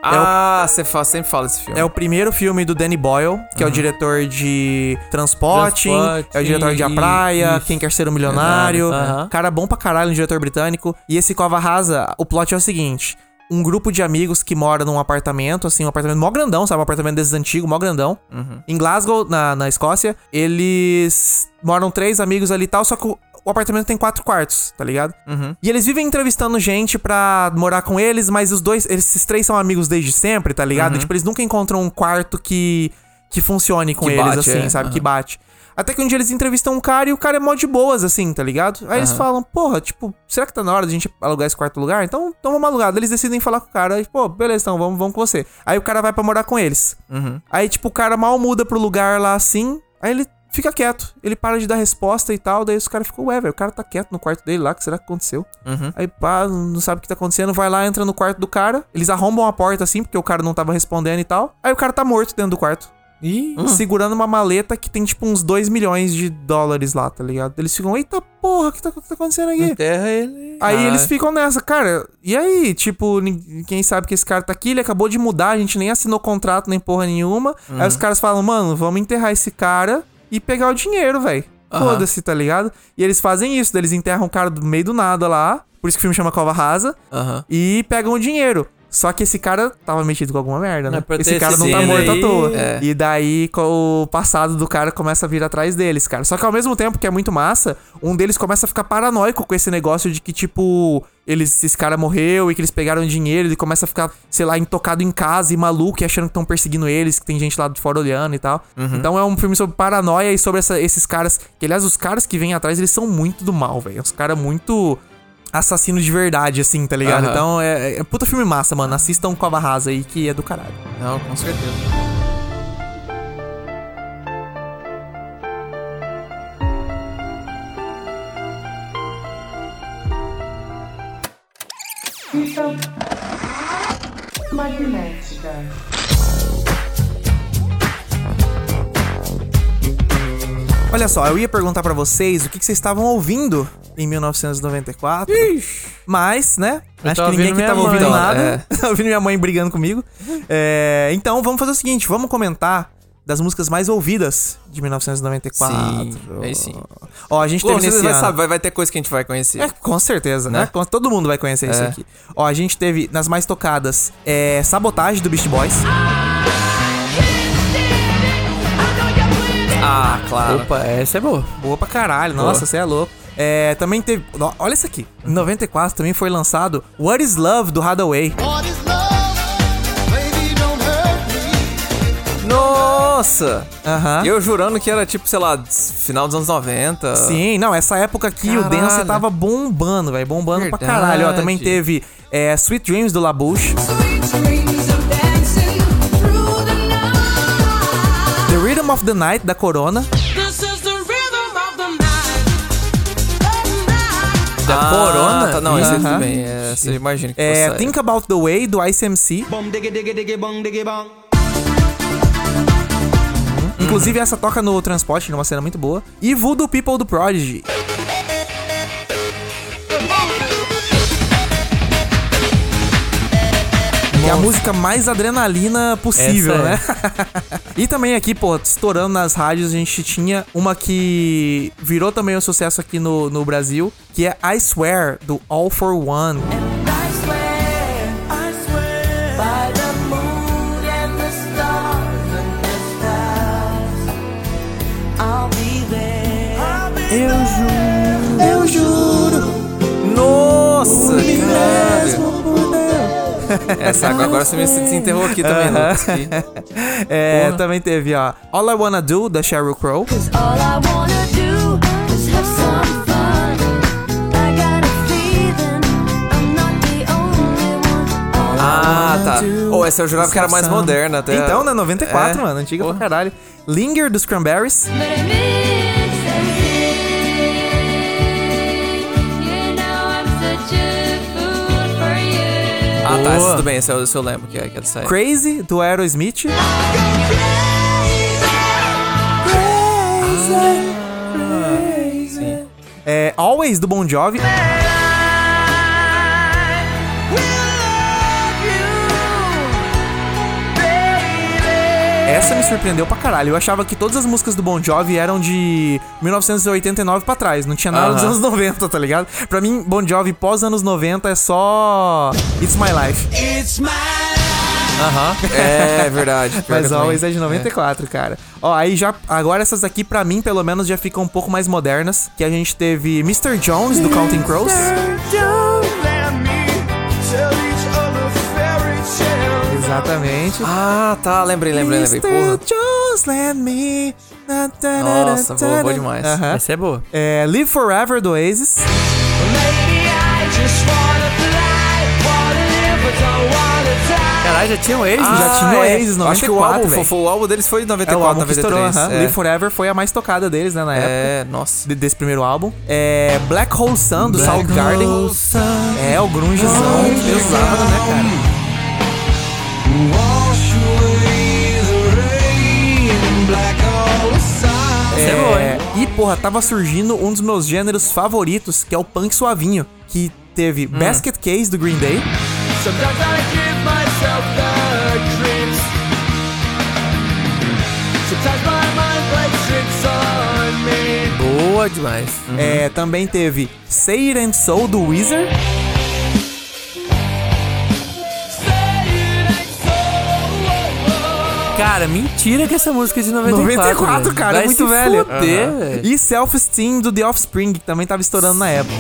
Ah, você fala, sempre fala desse filme. É o primeiro filme do Danny Boyle, que é o diretor de Transporting, Transporting, é o diretor de A Praia, Quem Quer Ser um Milionário. Aham. Cara bom pra caralho, um diretor britânico. E esse Cova Rasa, o plot é o seguinte: um grupo de amigos que mora num apartamento, assim, um apartamento mó grandão, sabe? Um apartamento desses antigos, mó grandão. Uhum. Em Glasgow, na, na Escócia, eles moram três amigos ali e tal, só que o, o apartamento tem quatro quartos, tá ligado? Uhum. E eles vivem entrevistando gente pra morar com eles, mas os dois, esses três são amigos desde sempre, tá ligado? Uhum. Tipo, eles nunca encontram um quarto que, que funcione com Que eles, bate, assim, é. sabe? Uhum. Que bate. Até que um dia eles entrevistam um cara e o cara é mó de boas, assim, tá ligado? Aí eles Aham. falam, porra, tipo, será que tá na hora de a gente alugar esse quarto lugar? Então, então vamos alugar. Daí eles decidem falar com o cara, e, pô, beleza, então vamos, vamos com você. Aí o cara vai pra morar com eles. Uhum. Aí, tipo, o cara mal muda pro lugar lá assim, aí ele fica quieto. Ele para de dar resposta e tal, daí os caras ficam, ué, velho, o cara tá quieto no quarto dele lá, o que será que aconteceu? Uhum. Aí, pá, não sabe o que tá acontecendo, vai lá, entra no quarto do cara, eles arrombam a porta assim, porque o cara não tava respondendo e tal. Aí o cara tá morto dentro do quarto. Ih, Segurando uma maleta que tem, tipo, uns dois milhões de dólares lá, tá ligado? Eles ficam, eita porra, o que tá, que tá acontecendo aqui? enterra ele. Aí Ah. eles ficam nessa, cara, e aí? Tipo, nin- quem sabe que esse cara tá aqui, ele acabou de mudar, a gente nem assinou contrato, nem porra nenhuma. Aí os caras falam, mano, vamos enterrar esse cara e pegar o dinheiro, velho. Aham. Foda-se, tá ligado? E eles fazem isso, daí eles enterram o cara do meio do nada lá, por isso que o filme chama Cova Rasa, Aham. e pegam o dinheiro. Só que esse cara tava metido com alguma merda, né? Não, pra ter Esse cara esse não tá cena morto à aí, toa. é. E daí co- o passado do cara começa a vir atrás deles, cara. Só que ao mesmo tempo que é muito massa, um deles começa a ficar paranoico com esse negócio de que, tipo, eles, esse cara morreu e que eles pegaram dinheiro. Ele começa a ficar, sei lá, intocado em casa e maluco e achando que estão perseguindo eles, que tem gente lá de fora olhando e tal. Então é um filme sobre paranoia e sobre essa- esses caras. Que, aliás, os caras que vêm atrás, eles são muito do mal, velho. Os caras muito assassino de verdade, assim, tá ligado? Aham. Então é, é puta filme massa, mano. Assistam Cova Rasa aí, que é do caralho. Não, com certeza. Fita magnética. Olha só, eu ia perguntar pra vocês o que, que vocês estavam ouvindo em mil novecentos e noventa e quatro. Mas, né? Eu Acho tava que ninguém ouvindo aqui tava minha ouvindo mãe. nada. Tava ouvindo minha mãe brigando comigo. É, então, vamos fazer o seguinte: vamos comentar das músicas mais ouvidas de mil novecentos e noventa e quatro. Sim, aí sim. Ó, a gente Pô, teve você nesse vai, ano... saber, vai, vai ter coisa que a gente vai conhecer. É, com certeza, né? Né? Com- Todo mundo vai conhecer isso É. aqui. Ó, a gente teve nas mais tocadas é, Sabotage do Beast Boys. Ah, claro. Opa, essa é boa. Boa pra caralho, nossa, você é louco. É, também teve. no- Olha isso aqui. Em noventa e quatro também foi lançado What is Love do Hathaway. Nossa! Aham. Eu jurando que era tipo, sei lá, final dos anos noventa. Sim, não, essa época aqui o Caralho. dance tava bombando, velho, bombando pra Verdade. caralho. Ó, também teve é, Sweet Dreams do LaBouche, The Rhythm of the Night da Corona, Da Ah, Corona? Tá, não, isso aí Aham. tudo bem. É, você imagina que é, fosse- Think About the Way do Ice M C. Inclusive essa toca no Transporte, numa cena muito boa. E Voodoo People do Prodigy. Que é a música mais adrenalina possível, Essa é. né? E também aqui, pô, estourando nas rádios, a gente tinha uma que virou também um sucesso aqui no, no Brasil, que é I Swear, do All For One. Eu juro, eu juro. Nossa, Mesmo cara. por Deus. Essa, agora você me desenterrou aqui também, Lucas. que- É, Porra. também teve, ó, All I Wanna Do, da Sheryl Crow. All I wanna do is have some fun. I got a feeling I'm not the only one. All Ah, tá. Ou essa eu jurava que era mais moderna até. Então, né, noventa e quatro, É. mano, antiga Porra. pra caralho. Linger, dos Cranberries. But it means something. You know I'm such a fool for you. Ah, tá. Boa. Essa tudo bem. Esse eu, esse eu lembro que é, que é dessa aí. Crazy, do Aerosmith. Sim. É, Always, do Bon Jovi. Essa me surpreendeu pra caralho. Eu achava que todas as músicas do Bon Jovi eram de mil novecentos e oitenta e nove pra trás. Não tinha nada dos Aham. anos noventa, tá ligado? Pra mim, Bon Jovi pós anos noventa é só It's My Life. Aham. É verdade. pior Mas que eu Always é também. de noventa e quatro, cara. Ó, aí já... Agora essas aqui, pra mim, pelo menos, já ficam um pouco mais modernas. Que a gente teve mister Jones, do Counting Crows. Exatamente. Ah, tá. Lembrei, lembrei, lembrei. mister Porra. Jones, let me... Nossa, boa, boa demais. Aham. Essa é boa. É, Live Forever, do Oasis. Caralho, já tinha o Ace? já tinha o é. Oasis, Acho que o noventa e quatro, álbum, velho. foi, o álbum deles foi de noventa e É o quatro, álbum que estourou, noventa e três. aham. é. Live Forever foi a mais tocada deles, né, na época. É, nossa. de- Desse primeiro álbum. É Black Hole Sun, do Soundgarden. É, o grungezão pesado, né, cara? Essa é boa, hein? E, porra, tava surgindo um dos meus gêneros favoritos, que é o punk suavinho. Que teve Basket Case, do Green Day. Boa demais. É, também teve Say It and Soul, do Weezer. Cara, mentira que essa música é de noventa e quatro. noventa e quatro, velho. cara, Vai é muito se velho. fuder, Aham. velho. E Self-Esteem, do The Offspring, que também tava estourando na época.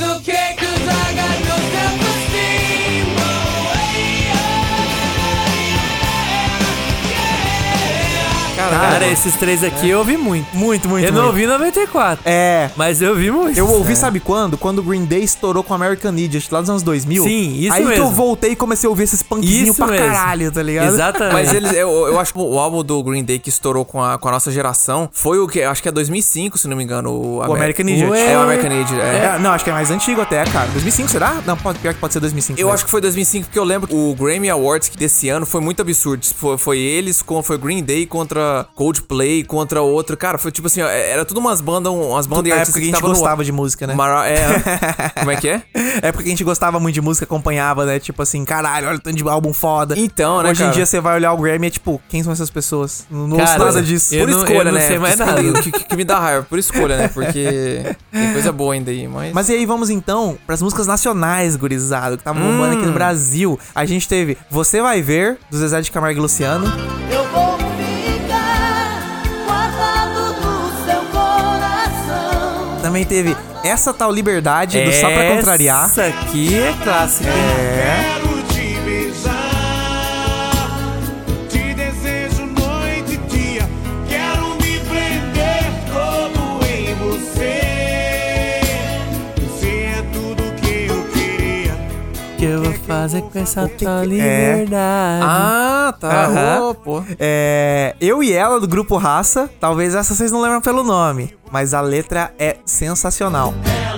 Cara, esses três aqui eu ouvi muito. Muito, muito, Eu não muito. ouvi noventa e quatro, É... mas eu ouvi muito. Eu ouvi, sabe quando? Quando o Green Day estourou com American Idiot, lá nos anos dois mil. Sim, isso Aí que mesmo. eu voltei e comecei a ouvir esses punkzinhos Isso pra mesmo. caralho, tá ligado? Exatamente. Mas eles, eu, eu acho que o álbum do Green Day que estourou com a, com a nossa geração foi o que? Acho que é dois mil e cinco, se não me engano. O, O American Idiot. É, o American Idiot. É. É, não, acho que é mais antigo até, cara. dois mil e cinco, será? Não, pode, pior que pode ser dois mil e cinco. Eu acho que foi dois mil e cinco, porque eu lembro que o Grammy Awards desse ano foi muito absurdo. Foi, foi eles, com, foi Green Day contra Coldplay, contra outro. Cara, foi tipo assim, ó, era tudo umas bandas, umas bandas de É artistas porque a que gente estavam no- gostava de música, né? Mara- é. Como é que é? É porque a gente gostava muito de música, acompanhava, né? Tipo assim, caralho, olha o tanto de álbum foda. Então, né, Hoje em cara? dia você vai olhar o Grammy e é tipo, quem são essas pessoas? Não, não Cara, ouço nada disso. eu Por não- escolha, eu não né? sei mais Por nada. escolha, Que, que, que me dá raiva, por escolha, né? Porque tem coisa boa ainda aí, mas... Mas e aí, vamos então pras músicas nacionais, gurizado, que estavam bombando aqui no Brasil. A gente teve Você Vai Ver, do Zezé de Camargo e Luciano. Eu vou ficar guardado no seu coração. Também teve Essa Tal Liberdade, do Só Pra Contrariar. Essa aqui é clássica. É. Quero te beijar, te desejo noite e dia. Quero me prender todo em você. Você é tudo que eu queria. O que eu vou fazer com essa que tal que- liberdade? Ah, tá. Aham. Ô, pô. É, Eu e Ela, do grupo Raça. Talvez essa vocês não lembram pelo nome, mas a letra é sensacional.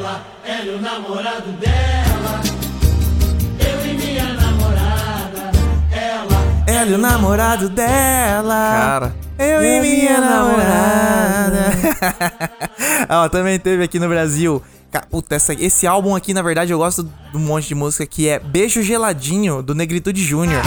Ela e o namorado dela. Cara. Eu e minha namorada. Ó, também teve aqui no Brasil. Ca- Puta, essa- esse álbum aqui, na verdade, eu gosto de um monte de música que é Beijo Geladinho, do Negritude Júnior.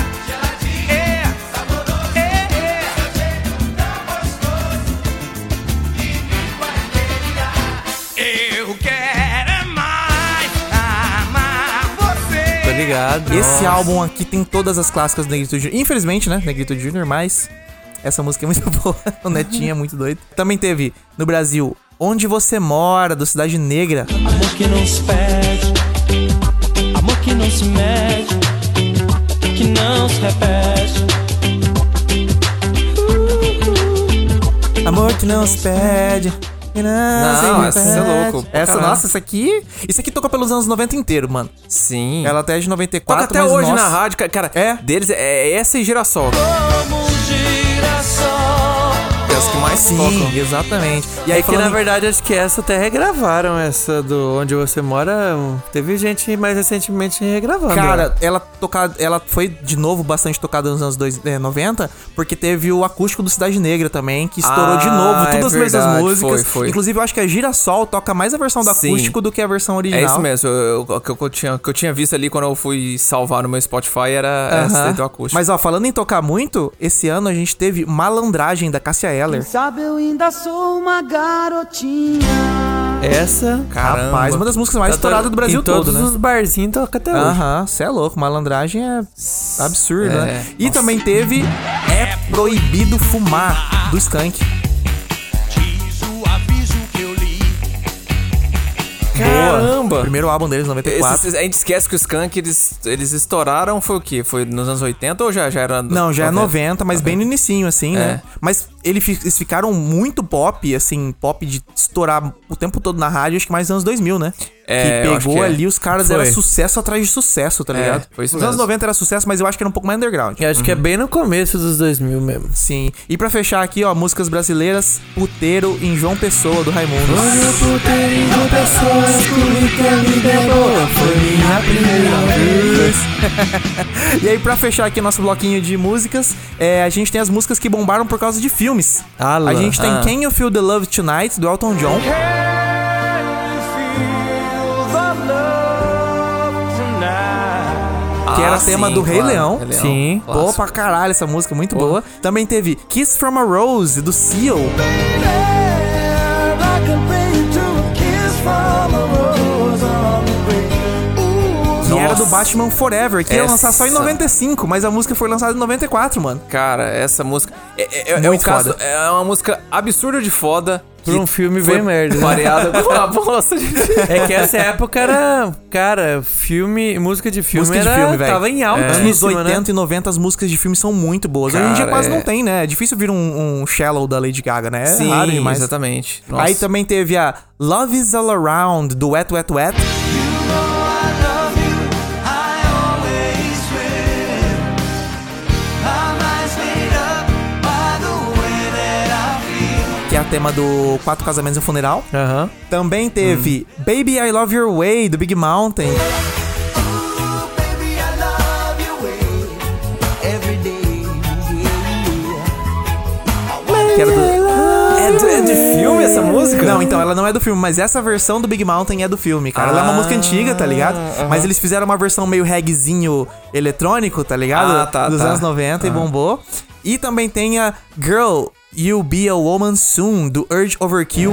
Eu quero é mais amar você. Tô ligado. Esse Nossa. álbum aqui tem todas as clássicas do Negritude Júnior. Infelizmente, né? Negritude Júnior, mas essa música é muito boa. O Netinho é muito doido. Também teve no Brasil Onde Você Mora, do Cidade Negra. Amor que não se pede, amor que não se mede, que não se repete. Amor que não se pede. que Não, se Não, essa é repete. louco. Essa, Caralho. nossa, essa aqui. Isso aqui tocou pelos anos noventa inteiro, mano. Sim. Ela até é de noventa e toca quatro, até mas, hoje nossa, na rádio, ca- cara. É. Deles é, é essa e Girassol. Como um girassol. É as que mais Sim, tocam. exatamente. E É aí, que na falando em- verdade acho que essa até regravaram, essa do Onde Você Mora. Teve gente mais recentemente regravando. Cara, ela tocada, ela foi de novo bastante tocada nos anos dois, é, noventa, porque teve o acústico do Cidade Negra também, que estourou Ah, de novo, é todas as mesmas verdade, músicas. foi, foi. Inclusive, eu acho que a Girassol toca mais a versão do Sim. acústico do que a versão original. É isso mesmo. eu- eu- O que eu, tinha, que eu tinha visto ali quando eu fui salvar no meu Spotify era essa Aham. do acústico. Mas ó, falando em tocar muito, esse ano a gente teve Malandragem da Cássia Eller. Sabe, eu ainda sou uma garotinha. Essa. Caramba. Rapaz, uma das músicas mais tá to- estouradas do Brasil em todos todo, né? os barzinhos toca até hoje. Aham, cê é louco, malandragem é absurdo, É, né? E também teve É Proibido Fumar, do Skank. Diz o aviso que eu li. Caramba! Primeiro álbum deles, noventa e quatro. Esses- a gente esquece que os Skank, eles, eles estouraram, foi o quê? Foi nos anos oitenta ou já, já era... Não, já é noventa, mas bem no inicinho, assim, né? É. Mas ele fi- eles ficaram muito pop, assim, pop de estourar o tempo todo na rádio, acho que mais nos anos dois mil, né? É, que eu acho pegou que é. ali, os caras Foi. era sucesso atrás de sucesso, tá É, ligado? foi isso Nos anos mesmo. noventa era sucesso, mas eu acho que era um pouco mais underground. Eu acho que é bem no começo dos dois mil mesmo. Sim. E pra fechar aqui, ó, músicas brasileiras, Puteiro em João Pessoa, do Raimundo. E aí, pra fechar aqui nosso bloquinho de músicas, é, a gente tem as músicas que bombaram por causa de filmes. Ala. A gente tem Ah. Can You Feel the Love Tonight, do Elton John. Que era Ah, tema sim, do Rei claro. Leão. Rei Leão. Sim. Pô, Clássico. pra caralho, essa música é muito boa. Também teve Kiss from a Rose, do Seal. Que era do Batman Forever, que ia Essa- lançar só em noventa e cinco, mas a música foi lançada em noventa e quatro, mano. Cara, essa música... É, é, é, é Muito um caso, foda. é uma música absurda de foda. Por um filme foi bem merda. né? Pareada com a bosta de filme. É que essa época era, cara, filme, música de filme Música de era, filme, velho. tava em alta, Anos oitenta né? e noventa as músicas de filme são muito boas. Hoje em dia Cara, quase é. não tem, né? É difícil vir um, um Shallow da Lady Gaga, né? É Sim, raro demais. exatamente. Aí Nossa. também teve a Love Is All Around, do Wet Wet Wet. Que é a tema do Quatro Casamentos e um Funeral. Aham. Também teve Hum. Baby I Love Your Way, do Big Mountain. Que era do... É de, é de filme essa música? Não, então, ela não é do filme, mas essa versão do Big Mountain é do filme, cara. Ela é uma Ah, música antiga, tá ligado? Mas eles fizeram uma versão meio reggaezinho eletrônico, tá ligado? Ah, tá, Dos tá. anos noventa e bombou. E também tem a Girl, You'll Be a Woman Soon, do Urge Overkill.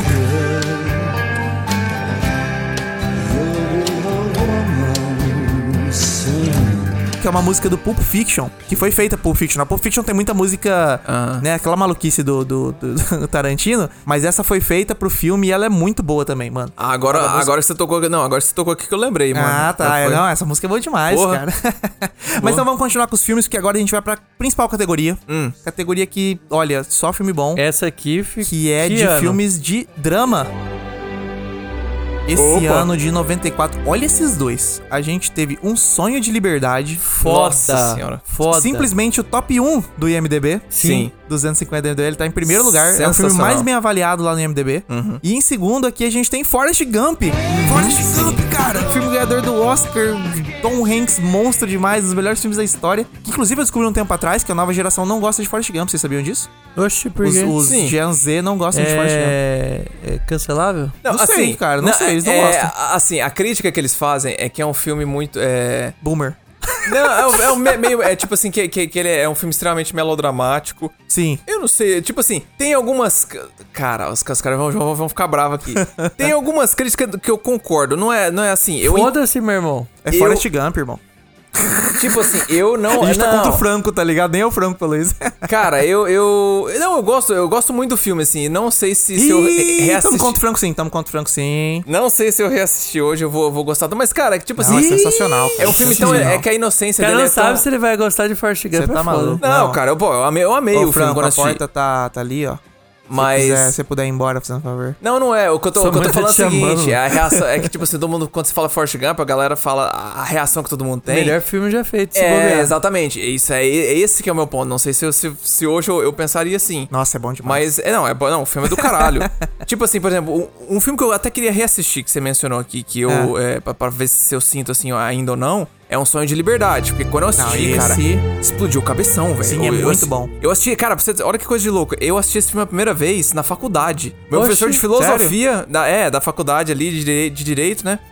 Que é uma música do Pulp Fiction, que foi feita Pulp Fiction. A Pulp Fiction tem muita música, Ah. né, aquela maluquice do, do, do- do Tarantino, mas essa foi feita pro filme e ela é muito boa também, mano. Ah, agora, Aquela música- agora que você tocou... Não, agora que você tocou aqui que eu lembrei, mano. Ah, tá. É, Foi- não, essa música é boa demais, Porra. cara. Mas então vamos continuar com os filmes, porque agora a gente vai pra principal categoria. Hum. Categoria que, olha, só filme bom, Essa aqui fica. que é de ano? filmes de drama. Esse Opa. ano de noventa e quatro. Olha esses dois. A gente teve Um Sonho de Liberdade. Foda. Nossa senhora. Foda. Simplesmente o top um do I M D B. Sim. duzentos e cinquenta, ele tá em primeiro lugar. É o filme Sensacional. mais bem avaliado lá no I M D B. E em segundo aqui a gente tem Forrest Gump. Forrest Gump, cara. Filme ganhador do Oscar. Tom Hanks, monstro demais. Dos melhores filmes da história. Que inclusive eu descobri um tempo atrás que a nova geração não gosta de Forrest Gump. Vocês sabiam disso? Oxi, por Os, quê? os Sim. Gen Z não gostam de Forrest Gump. É... é cancelável? Não sei, cara, não sei, eles não é, gostam. Assim, a crítica que eles fazem é que é um filme muito... É... Boomer. Não, é, um- é um me- meio... É tipo assim, que, que, que ele é um filme extremamente melodramático. Sim. Eu não sei, tipo assim, tem algumas... Cara, os, os caras vão, vão, vão ficar bravos aqui. Tem algumas críticas que eu concordo, não é, não é assim... Eu, en- Foda-se, meu irmão. É Eu- Forrest Gump, irmão. tipo assim, eu não... A gente tá não. contra o Franco, tá ligado? Nem é o Franco falou isso. Cara, eu, eu... Não, eu gosto, eu gosto muito do filme, assim. Não sei se, se eu re- Ih, tamo reassistir... contra o Franco sim, tamo contra o Franco sim. Não sei se eu reassistir hoje, eu vou, eu vou gostar. Mas, cara, tipo assim... Não, é sensacional. É um filme tão... Sensacional. É que a inocência O cara dele não é tão... sabe se ele vai gostar de Forrest Gump. Você tá é foda. maluco. Não, Não. cara, eu, pô, eu amei, eu amei Ô, o filme Franco, quando a assisti. porta tá, tá ali, ó. Mas... Se quiser, se puder ir embora, fazendo favor. Não, não é. O que eu tô, Sua o que eu tô mãe tá falando é o te chamando. seguinte: a reação é que, tipo assim, todo mundo, quando você fala Forrest Gump, a galera fala a reação que todo mundo tem. Melhor filme já feito, se É, bobear. exatamente. Isso é, é esse que é o meu ponto. Não sei se, eu- se, se hoje eu, eu pensaria assim. Nossa, é bom demais. Mas, é, não, é bom. Não, o filme é do caralho. Tipo assim, por exemplo, um, um filme que eu até queria reassistir, que você mencionou aqui, que eu, é. pra, pra ver se eu sinto assim, ó, ainda ou não, é Um Sonho de Liberdade. Porque quando eu assisti, Não, cara, esse- explodiu o cabeção, velho. Sim, Eu- é eu muito assi- bom. Eu assisti, cara, pra você, olha que coisa de louco. Eu assisti esse filme a primeira vez na faculdade. Meu Oxi, professor de filosofia, da, é, da faculdade ali de, direi- de direito, né?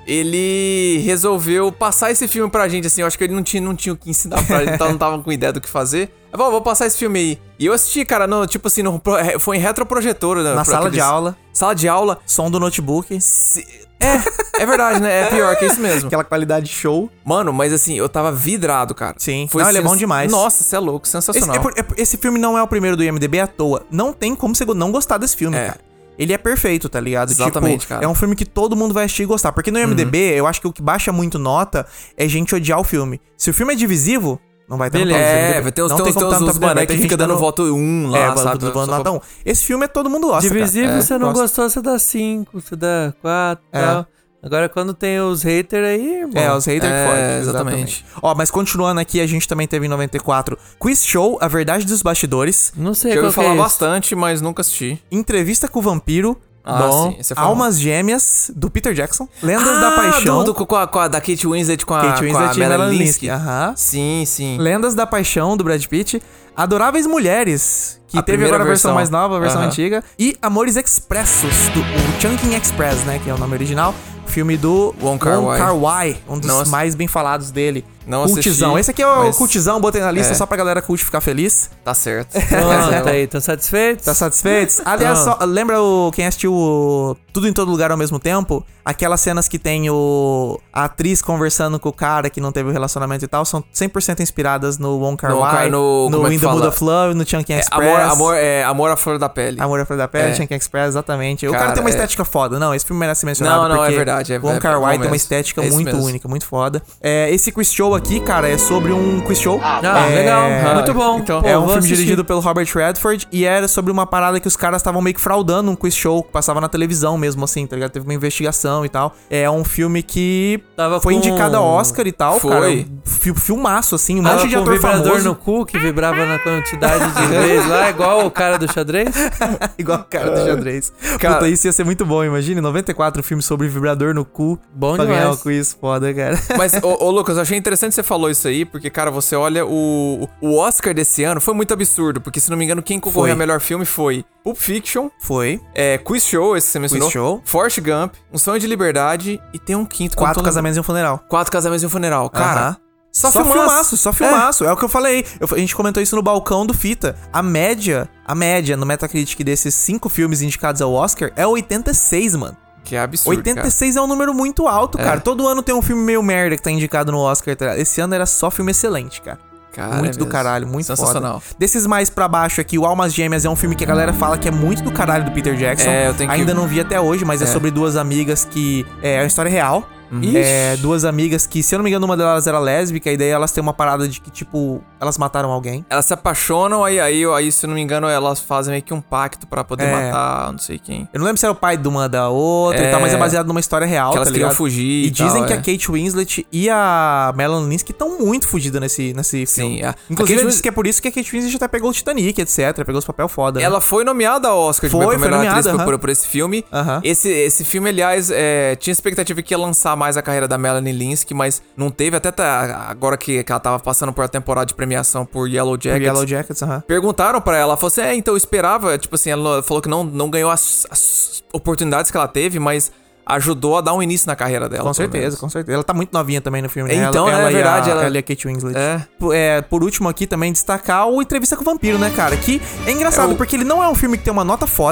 Ele resolveu passar esse filme pra gente, assim. Eu acho que ele não tinha, não tinha o que ensinar pra gente, então não tava com ideia do que fazer. Eu falei, vou passar esse filme aí. E eu assisti, cara, no, tipo assim, no, pro- foi em retroprojetor. né, Na pro- sala de aqueles- aula, Sala de aula. som do notebook, Se- É, é verdade, né? É pior que isso mesmo. aquela qualidade show. Mano, mas assim, eu tava vidrado, cara. Sim. Não, ele é bom demais. Nossa, você é louco, Esse, sensacional. é por- é por- esse filme não é o primeiro do I M D B à toa. Não tem como você não gostar desse filme, É. cara. Ele é perfeito, tá ligado? Exatamente, tipo, cara. é um filme que todo mundo vai assistir e gostar. Porque no I M D B, eu acho que o que baixa muito nota é gente odiar o filme. Se o filme é divisivo, não vai ter Beleza. no top do I M D B. É, vai ter uns, Não tem uns, como tem tá no uns top do I M D B, boné vai ter que gente fica dando dando- voto um lá, É, sabe? sabe? Só Nota pra- um. Esse filme é todo mundo gosta, Divisível, cara. você não Gosta. gostou, você dá cinco, você dá quatro e É. tal. Agora, quando tem os haters aí, irmão. É, os haters É, fortes, exatamente. exatamente. Ó, mas continuando aqui, a gente também teve em noventa e quatro Quiz Show, A Verdade dos Bastidores, Não sei Já qual ouvi que é falar esse. bastante, mas nunca assisti. Entrevista com o Vampiro, Ah, Bom, sim, esse é famoso. Almas Gêmeas, do Peter Jackson, Lendas Ah, da Paixão, Do, do, com a, com a, da Kate Winslet com a, Kate com a Winslet e Melanie Melanie Linsky. Linsky. Aham. Sim, sim. Lendas da Paixão, do Brad Pitt, Adoráveis Mulheres, que A teve primeira agora a versão versão. mais nova, a versão Aham. antiga, e Amores Expressos, do o Chungking Express, né, que é o nome original, filme do Wong Kar-wai. Kar-wai, um dos Não ass- mais bem falados dele. Não Cultizão. assisti, Esse aqui é o mas- Cultizão, botei na lista É. só pra galera cult ficar feliz. Tá certo. Pronto, aí, tão satisfeitos? Tá satisfeitos? Aliás, só, lembra o quem assistiu o Tudo em Todo Lugar ao Mesmo Tempo? Aquelas cenas que tem o a atriz conversando com o cara que não teve o relacionamento e tal, são cem por cento inspiradas no Wong Kar-wai, no- no, como é que In the fala? Mood of Love, no Chungking É, Express. amor, amor, é, amor à flor da pele. Amor à Flor da Pele, É. Chungking Express, exatamente. O Cara, cara tem uma é- estética foda. Não, esse filme merece ser mencionado. Não, não, é porque verdade, é- Wong é Kar-wai bom tem uma mesmo. estética É isso muito mesmo. única, muito foda. É, esse quiz show aqui, cara, é sobre um quiz show. Ah, É, legal. Muito bom. então- Pô, é um vou filme assistir. dirigido pelo Robert Redford e era sobre uma parada que os caras estavam meio que fraudando um quiz show que passava na televisão mesmo, assim, tá ligado? Teve uma investigação e tal. É um filme que Tava foi com- indicado a Oscar e tal, Foi. cara. Fi- Filmaço, assim, um Tava monte de com um ator vibrador famoso. no cu que vibrava na quantidade de vezes lá, igual o cara do xadrez. Igual o cara do xadrez. Cara- Puta, isso ia ser muito bom, imagine. noventa e quatro, um filme sobre vibrador no cu. Bom pra ganhar o demais. quiz, foda, cara. Mas, ô, ô, Lucas, eu achei interessante você falou isso aí, porque, cara, você olha o, o Oscar desse ano, foi muito absurdo, porque, se não me engano, quem concorreu Foi. a melhor filme foi Pulp Fiction, Foi. é, Quiz Show, esse que você mencionou, Show. Forrest Gump, Um Sonho de Liberdade e tem um quinto. que eu não Quatro tô casamentos e um funeral. lembrando. Quatro casamentos e um funeral. Cara, Aham. só, Só filmaço. filmaço, só filmaço. É. o que eu falei. Eu- a gente comentou isso no balcão do Fita. A média, a média no Metacritic desses cinco filmes indicados ao Oscar é oitenta e seis, mano. Que é absurdo, oitenta e seis é um número muito alto, cara. Todo ano tem um filme meio merda que tá indicado no Oscar. tá ligado? Esse ano era só filme excelente, cara. cara. muito é do mesmo. caralho, muito Sensacional. foda. Desses mais pra baixo aqui, o Almas Gêmeas é um filme que a galera fala que é muito do caralho do Peter Jackson. É, eu tenho que- Ainda não vi até hoje, mas é, É. sobre duas amigas que... É uma história real. É, duas amigas que, se eu não me engano, uma delas era lésbica, e daí elas têm uma parada de que, tipo, elas mataram alguém. Elas se apaixonam, aí, aí, aí, se eu não me engano, elas fazem meio que um pacto pra poder É. matar não sei quem. Eu não lembro se era o pai de uma da outra e É. tal, mas é baseado numa história real, Que elas tá queriam ligado? fugir E e dizem tal, que é. a Kate Winslet e a Melanie Linsky estão muito fugidas nesse, nesse Sim, filme. a- Inclusive, a Kate diz que é por isso que a Kate Winslet até pegou o Titanic, etcétera. Pegou os papel foda. né? Ela foi nomeada ao Oscar de Foi, melhor foi nomeada, atriz por, aham. por, por esse filme. Aham. Esse, esse filme, aliás, é, tinha expectativa que ia lançar mais a carreira da Melanie Linsky, mas não teve. Até tá, agora que, que ela tava passando por a temporada de premiação por Yellow Por Jackets. Yellow Jackets, aham. Perguntaram pra ela, ela falou assim, é, então eu esperava, tipo assim, ela falou que não, não ganhou as, as oportunidades que ela teve, mas ajudou a dar um início na carreira dela. Com pelo certeza, menos. com certeza. Ela tá muito novinha também no filme, né? Então, ela, é ela e verdade, a, ela- ela e a Kate Winslet. É. Por- É, por último aqui também destacar o Entrevista com o Vampiro, né, cara? Que é engraçado, É o- porque ele não é um filme que tem uma nota foda,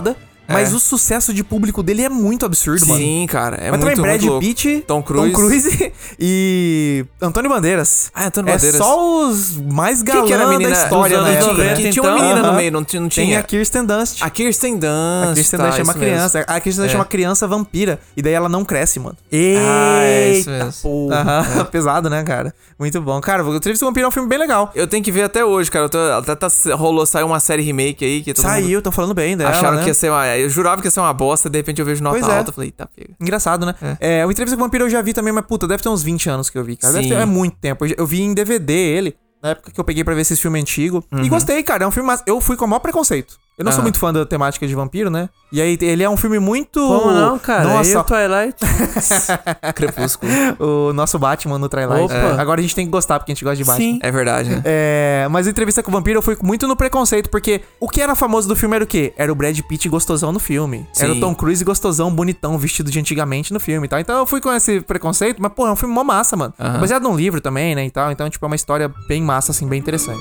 mas É. o sucesso de público dele é muito absurdo, mano. Sim, cara. É Mas muito, também Brad muito louco. Pitt, Tom Cruise. Tom Cruise e Antônio Bandeiras. Ah, Antônio É Bandeiras. só os mais Quem galãs que era a menina da história, dos né? anos época, noventa, né? Que tinha uma então? menina no Aham. meio, não tinha, não Tem tinha? a Kirsten Dunst. A Kirsten Dunst. A Kirsten tá, Dunst é uma isso mesmo. criança. A Kirsten Dunst é É. uma criança vampira. E daí ela não cresce, mano. Ah, é isso Eita mesmo. porra. Aham, pesado, né, cara? Muito bom. Cara, o Entrevista com o Vampiro é um filme bem legal. Eu tenho que ver até hoje, cara. Eu tô, até tá, rolou, saiu uma série remake aí que todo mundo Saiu, tão falando bem dela, acharam né? que ia ser uma... Eu jurava que ia ser uma bosta, de repente eu vejo nota Pois é. alta. Eu falei, tá, pega. Engraçado, né? É. o Entrevista com o Vampiro eu já vi também, mas puta, deve ter uns vinte anos que eu vi, cara. Deve Sim. ter é muito tempo. Eu, já- eu vi em D V D ele, na época que eu peguei pra ver esse filme antigo. Uhum. E gostei, cara. É um filme, mas eu fui com o maior preconceito. Eu não sou Aham. muito fã da temática de vampiro, né? E aí, ele é um filme muito... Como não, cara? Nossa, E o Twilight? Crepúsculo. o nosso Batman no Twilight. Opa. É. Agora a gente tem que gostar, porque a gente gosta de Batman. Sim. É verdade, né? É, mas a Entrevista com o Vampiro eu fui muito no preconceito, porque o que era famoso do filme era o quê? Era o Brad Pitt gostosão no filme. Era o Sim. Tom Cruise gostosão, bonitão, vestido de antigamente no filme e tal. Então eu fui com esse preconceito, mas, pô, é um filme mó massa, mano. Aham. Baseado num livro também, né, e tal. Então, tipo, é uma história bem massa, assim, bem interessante.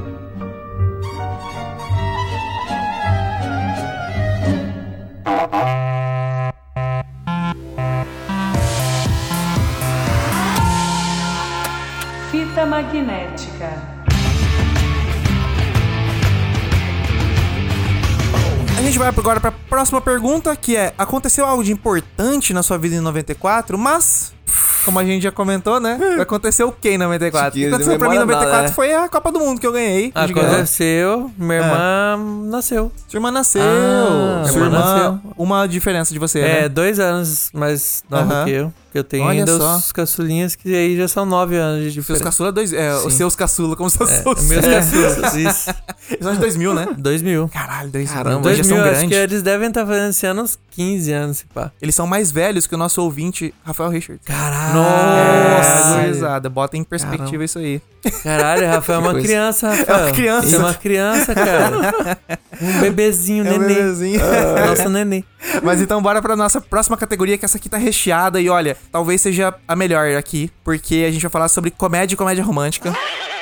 Fita magnética. A gente vai agora pra próxima pergunta, que é: aconteceu algo de importante na sua vida em noventa e quatro, mas... Como a gente já comentou, né? Aconteceu o que em noventa e quatro? O que Chiquinho, aconteceu pra mim em memória noventa e quatro nada, né? foi a Copa do Mundo que eu ganhei. Aconteceu, minha irmã nasceu. Sua irmã nasceu. Ah, Sua minha irmã irmã, nasceu. uma diferença de você, É, né? dois anos mais nova Aham. que eu. Que eu tenho Olha ainda só. os caçulinhas que aí já são nove anos de Seus diferença. caçula dois. É, os Sim. seus caçula, como se fosse É, os meus seus. caçulas, isso. Eles são de dois mil, né? dois mil. Caralho, dois Caramba, mil. dois já mil, são acho grandes. que eles devem estar fazendo esse ano uns quinze anos, se pá. Eles são mais velhos que o nosso ouvinte, Rafael Richards. Caralho. Nossa, gurizada, bota em perspectiva Caramba. isso aí. Caralho, Rafael é uma coisa. criança, Rafael. É uma criança. Você é uma criança, cara. Um bebezinho, É um neném. bebezinho. Nosso neném. Mas então bora pra nossa próxima categoria, que essa aqui tá recheada. E olha, talvez seja a melhor aqui, porque a gente vai falar sobre comédia e comédia romântica.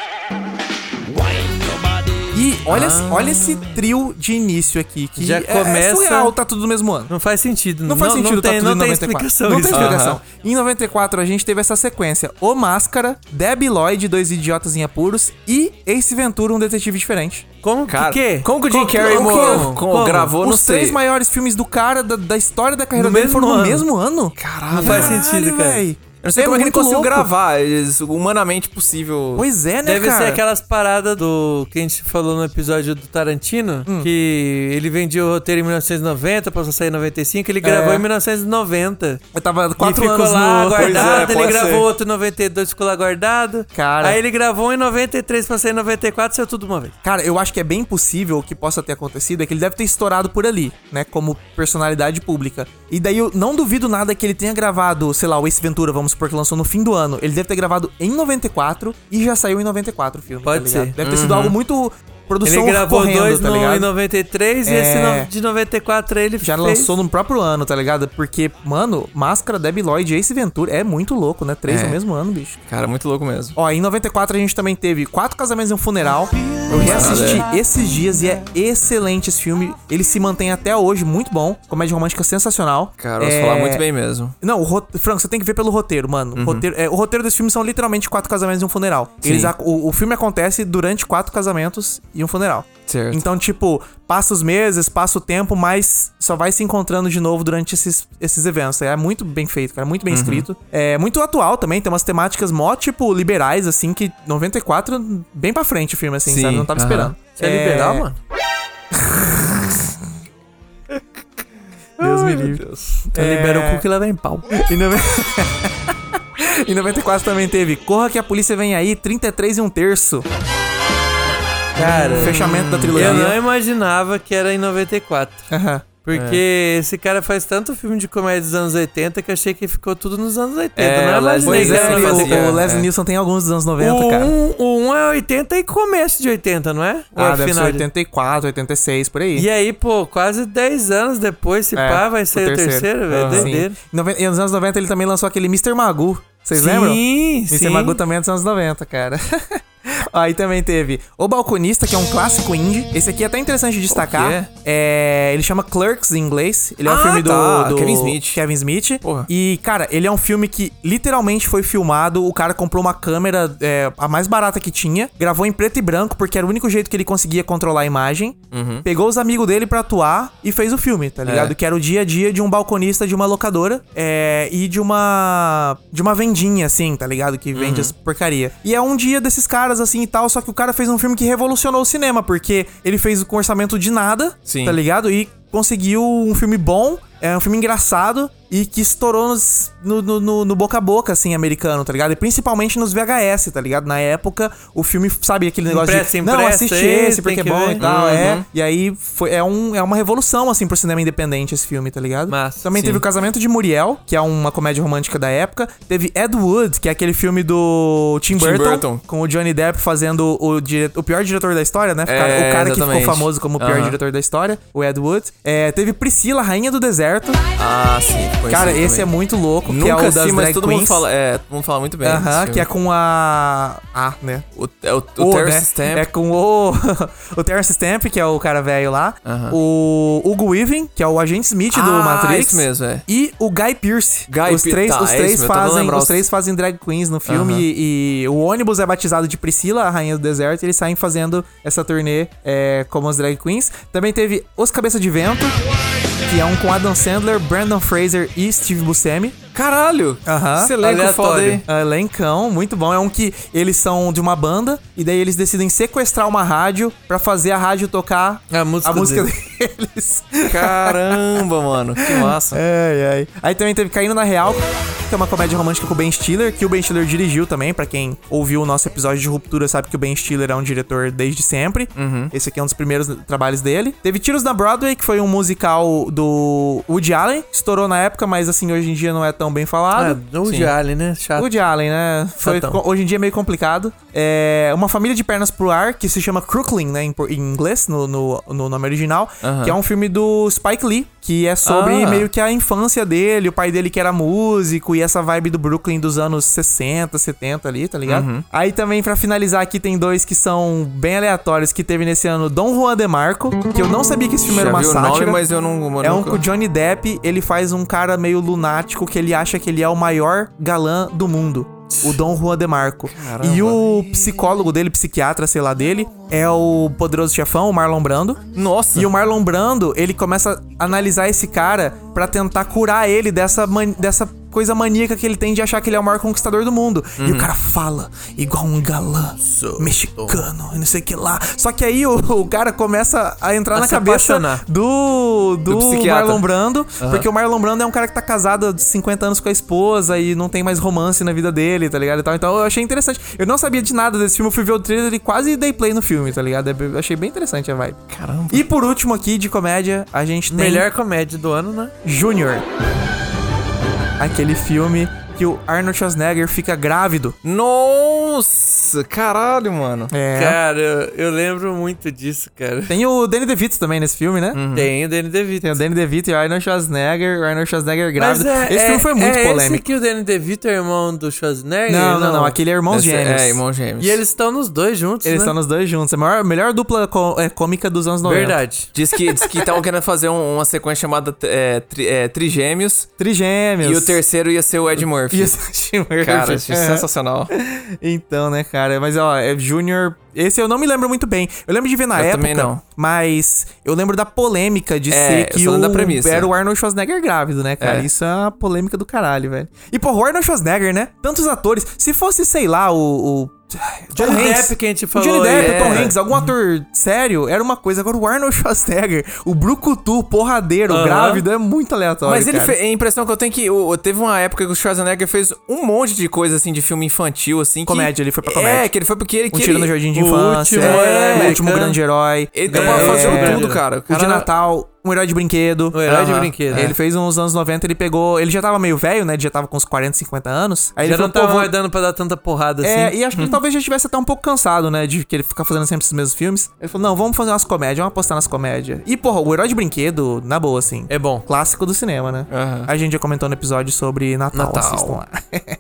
E olha, olha esse trio de início aqui, que Já é, começa- é surreal, tá tudo no mesmo ano. Não faz sentido. Não faz sentido, não tá tem, tudo não em tem noventa e quatro. explicação Não isso. tem explicação. Aham. Em noventa e quatro a gente teve essa sequência: O Máscara, Debbie Lloyd, Dois Idiotas em Apuros e Ace Ventura, um detetive diferente. Como Cara, que? como que o Jim Carrey como- mo- como? como gravou, não Os sei. três maiores filmes do cara, da, da história da carreira No dele, mesmo foram no ano. mesmo ano. Caralho. Não faz sentido, cara. véi. Eu não sei É como é que ele muito conseguiu louco. gravar. Eles, humanamente possível. Pois é, né, Deve cara? ser aquelas paradas do que a gente falou no episódio do Tarantino, Hum. que ele vendia o roteiro em mil novecentos e noventa, passou a sair em noventa e cinco, ele gravou É. em mil novecentos e noventa. Eu tava E quatro ficou anos lá no... guardado, Pois é, ele pode gravou ser. outro em noventa e dois, ficou lá guardado. Cara. Aí ele gravou em noventa e três, pra sair em noventa e quatro, saiu tudo de uma vez. Cara, eu acho que é bem possível que possa ter acontecido, é que ele deve ter estourado por ali, né, como personalidade pública. E daí eu não duvido nada que ele tenha gravado, sei lá, o Ace Ventura, vamos supor que lançou no fim do ano. Ele deve ter gravado em noventa e quatro e já saiu em noventa e quatro o filme, Pode tá ligado? ser. Deve ter sido algo muito produção Ele gravou correndo, dois tá no, ligado? em noventa e três e É. esse no- de noventa e quatro ele Já fez. lançou no próprio ano, tá ligado? Porque, mano, Máscara, Debbie Lloyd e Ace Ventura é muito louco, né? Três É. no mesmo ano, bicho. Cara, muito louco mesmo. Ó, em noventa e quatro a gente também teve Quatro Casamentos e um Funeral. Eu reassisti esses dias e é excelente esse filme. Ele se mantém até hoje, muito bom. Comédia romântica sensacional. Cara, você É, falar muito bem mesmo. Não, o ro... Franco, você tem que ver pelo roteiro, mano. O roteiro, é, o roteiro desse filme são literalmente quatro casamentos e um funeral. Sim. Eles, ac- o, o filme acontece durante quatro casamentos e um funeral. Certo. Então, tipo, passa os meses, passa o tempo, mas só vai se encontrando de novo durante esses, esses eventos. É muito bem feito, cara, muito bem escrito. É muito atual também, tem umas temáticas mó, tipo, liberais, assim, que noventa e quatro, bem pra frente o filme, assim, Sim, sabe? Não tava aham. esperando. Você é liberal, mano? Deus me livre. Então libera o cu que lá vem pau. Em, nove... em noventa e quatro também teve Corra que a Polícia Vem Aí, trinta e três e um terço. Cara, Fechamento da trilogia. eu não imaginava que era em noventa e quatro. Aham. Porque esse cara faz tanto filme de comédia dos anos oitenta que eu achei que ficou tudo nos anos oitenta. É, não o Leslie imaginei Pois que é, era Nielsen em o, fazia, o Leslie é. Nielsen tem alguns dos anos noventa, o cara. um, o um é oitenta e começo de oitenta, não é? Ou Ah, é deve ser final de- oitenta e quatro, oitenta e seis, por aí. E aí, pô, quase dez anos depois, se É, pá, vai o ser o terceiro, velho. Aham. Doideira. Sim. Em noven- E nos anos noventa ele também lançou aquele mister Magoo. Vocês Sim, lembram? sim. mister Magoo também é dos anos noventa, cara. Aí também teve O Balconista, que é um clássico indie. Esse aqui é até interessante de destacar. que é? É, ele chama Clerks em inglês. Ele é um Ah, filme do, tá. do Kevin Smith. Kevin Smith. Porra. E, cara, ele é um filme que literalmente foi filmado. O cara comprou uma câmera, é, a mais barata que tinha, gravou em preto e branco, porque era o único jeito que ele conseguia controlar a imagem. Uhum. Pegou os amigos dele pra atuar e fez o filme, tá ligado? É. Que era o dia a dia de um balconista de uma locadora é, e de uma de uma vendinha, assim, tá ligado? Que vende Uhum. as porcaria. E é um dia desses caras, assim, e tal, só que o cara fez um filme que revolucionou o cinema, porque ele fez com orçamento de nada, Sim. tá ligado? E conseguiu um filme bom, é um filme engraçado e que estourou nos- no, no, no- no boca a boca, assim, americano, tá ligado? E principalmente nos V H S, tá ligado? Na época, o filme, sabe, aquele negócio Empresta, de... Não, empresta assiste aí, esse porque é tem que bom ver." e tal, Uhum. é. E aí, foi, é, um, é uma revolução, assim, pro cinema independente esse filme, tá ligado? Massa, Também sim. teve O Casamento de Muriel, que é uma comédia romântica da época. Teve Ed Wood, que é aquele filme do Tim, Tim Burton, Burton. com o Johnny Depp fazendo o, dire... o pior diretor da história, né? O cara, É, o cara que exatamente. ficou famoso como o pior Aham. diretor da história, o Ed Wood. É, teve Priscila, Rainha do Deserto. Ah, sim. conheci Cara, esse também. é muito louco, que Nunca é o das assisti, mas drag todo queens. mundo fala. É, todo mundo fala muito bem. Aham, desse que é filme. com a... Ah, né? O, é o, o, O, Terrence né? Stamp. É com o... o Terrence Stamp, que é o cara velho lá. Aham. O Hugo Weaving, que é o agente Smith do Ah, Matrix. isso mesmo, é. E o Guy Pearce. Guy os Pe- três, tá, os é três isso mesmo, eu tô fazem, lembrando. os três fazem drag queens no filme Aham. e, e o ônibus é batizado de Priscila, a rainha do deserto, e eles saem fazendo essa turnê é, como as drag queens. Também teve Os Cabeça de Vento, que é um com Adam Sandler, Brandon Fraser e Steve Buscemi. Caralho! Aham. Esse elenco Aleatório. foda aí. Ah, Elencão, muito bom. É um que eles são de uma banda e daí eles decidem sequestrar uma rádio pra fazer a rádio tocar A música a música dele. deles. Caramba, mano. Que massa. Ai, ai. Aí também teve Caindo na Real, que é uma comédia romântica com o Ben Stiller, que o Ben Stiller dirigiu também. Pra quem ouviu o nosso episódio de Ruptura sabe que o Ben Stiller é um diretor desde sempre. Esse aqui é um dos primeiros trabalhos dele. Teve Tiros na Broadway, que foi um musical do Woody Allen. Estourou na época, mas assim, hoje em dia não é tão bem Ah, falado. o Woody Allen, né? Chato. Woody Allen, né? Foi, Chatão. co- hoje em dia é meio complicado. É uma família de pernas pro ar, que se chama Crooklyn, né? Em, por- em inglês, no, no, no nome original. Aham. Que é um filme do Spike Lee, que é sobre Ah. meio que a infância dele, o pai dele que era músico, e essa vibe do Brooklyn dos anos sessenta, setenta ali, tá ligado? Uhum. Aí também, pra finalizar aqui, tem dois que são bem aleatórios, que teve nesse ano Dom Juan de Marco, que eu não sabia que esse filme Já era uma vi o sátira. nome, mas eu não... eu É um nunca- com o Johnny Depp, ele faz um cara meio lunático que ele acha que ele é o maior galã do mundo. O Dom Juan de Marco. Caramba. E o psicólogo dele, psiquiatra, sei lá, dele, é o poderoso chefão, o Marlon Brando. Nossa. E o Marlon Brando, ele começa a analisar esse cara pra tentar curar ele dessa, man- dessa coisa maníaca que ele tem de achar que ele é o maior conquistador do mundo. E o cara fala igual um galã mexicano e não sei o que lá. Só que aí o, o cara começa a entrar A na se cabeça apaixonar. do, do, Do psiquiatra. Marlon Brando, porque o Marlon Brando é um cara que tá casado há cinquenta anos com a esposa e não tem mais romance na vida dele, tá ligado? E tal. Então eu achei interessante. Eu não sabia de nada desse filme, eu fui ver o trailer e quase dei play no filme, tá ligado? Eu achei bem interessante a vibe. Caramba. E por último aqui, de comédia, a gente tem Melhor comédia do ano, né? Junior. Aquele filme que o Arnold Schwarzenegger fica grávido. Nossa, caralho, mano. É. Cara, eu, eu lembro muito disso, cara. Tem o Danny DeVito também nesse filme, né? Tem o Danny DeVito. Tem o Danny DeVito e o Arnold Schwarzenegger. O Arnold Schwarzenegger grávido. Mas é, esse é, filme foi muito é polêmico. Esse que o Danny DeVito é irmão do Schwarzenegger? Não, não, não. Aquele é Irmãos Esse- Gêmeos. É, irmão gêmeos. E eles estão nos dois juntos, Eles né? estão nos dois juntos. A maior, melhor dupla có- é, cômica dos anos noventa. Verdade. Diz que diz que estavam querendo fazer um- uma sequência chamada é, tri- é, Trigêmeos. Trigêmeos. E o terceiro ia ser o Ed Murphy. E o Tim Murphy. Cara, achei É. sensacional. Então, né, cara? Mas, ó, é Junior... Esse eu não me lembro muito bem. Eu lembro de ver na Eu época, também não. mas eu lembro da polêmica de É, ser eu que só o, lembro da premissa. era o Arnold Schwarzenegger grávido, né, cara? É. Isso é uma polêmica do caralho, velho. E, porra, o Arnold Schwarzenegger, né? Tantos atores. Se fosse, sei lá, o... o... Johnny Tom Hanks. Depp que a gente O falou Johnny Depp, aí, o Tom é. Hanks, algum ator sério, era uma coisa. Agora o Arnold Schwarzenegger, o brucutu, porradeiro, Aham. grávido, é muito aleatório, Mas ele cara. fe- a impressão que eu tenho é que o- teve uma época que o Schwarzenegger fez um monte de coisa assim de filme infantil, assim. que- Comédia, ele foi pra comédia. É, que ele foi porque ele. Um que Tiro ele, no Jardim de o Infância, último é, herói o último americano. grande herói. Ele é, tava fazendo é, tudo, cara. O de Cara- Natal, um herói de brinquedo. O herói de Aham. brinquedo. Ele fez uns anos noventa, ele pegou. Ele já tava meio velho, né? Ele já tava com uns quarenta, cinquenta anos. Aí Já ele não falou, pô, tava vou- mais dando pra dar tanta porrada É, assim. e acho que ele talvez já estivesse até um pouco cansado, né? De querer ficar fazendo sempre esses mesmos filmes. Ele falou, não, vamos fazer umas comédias, vamos apostar nas comédias. E, porra, o herói de brinquedo, na boa, assim. É bom. Clássico do cinema, né? Aham. A gente já comentou no episódio sobre Natal. Natal. Assistam lá.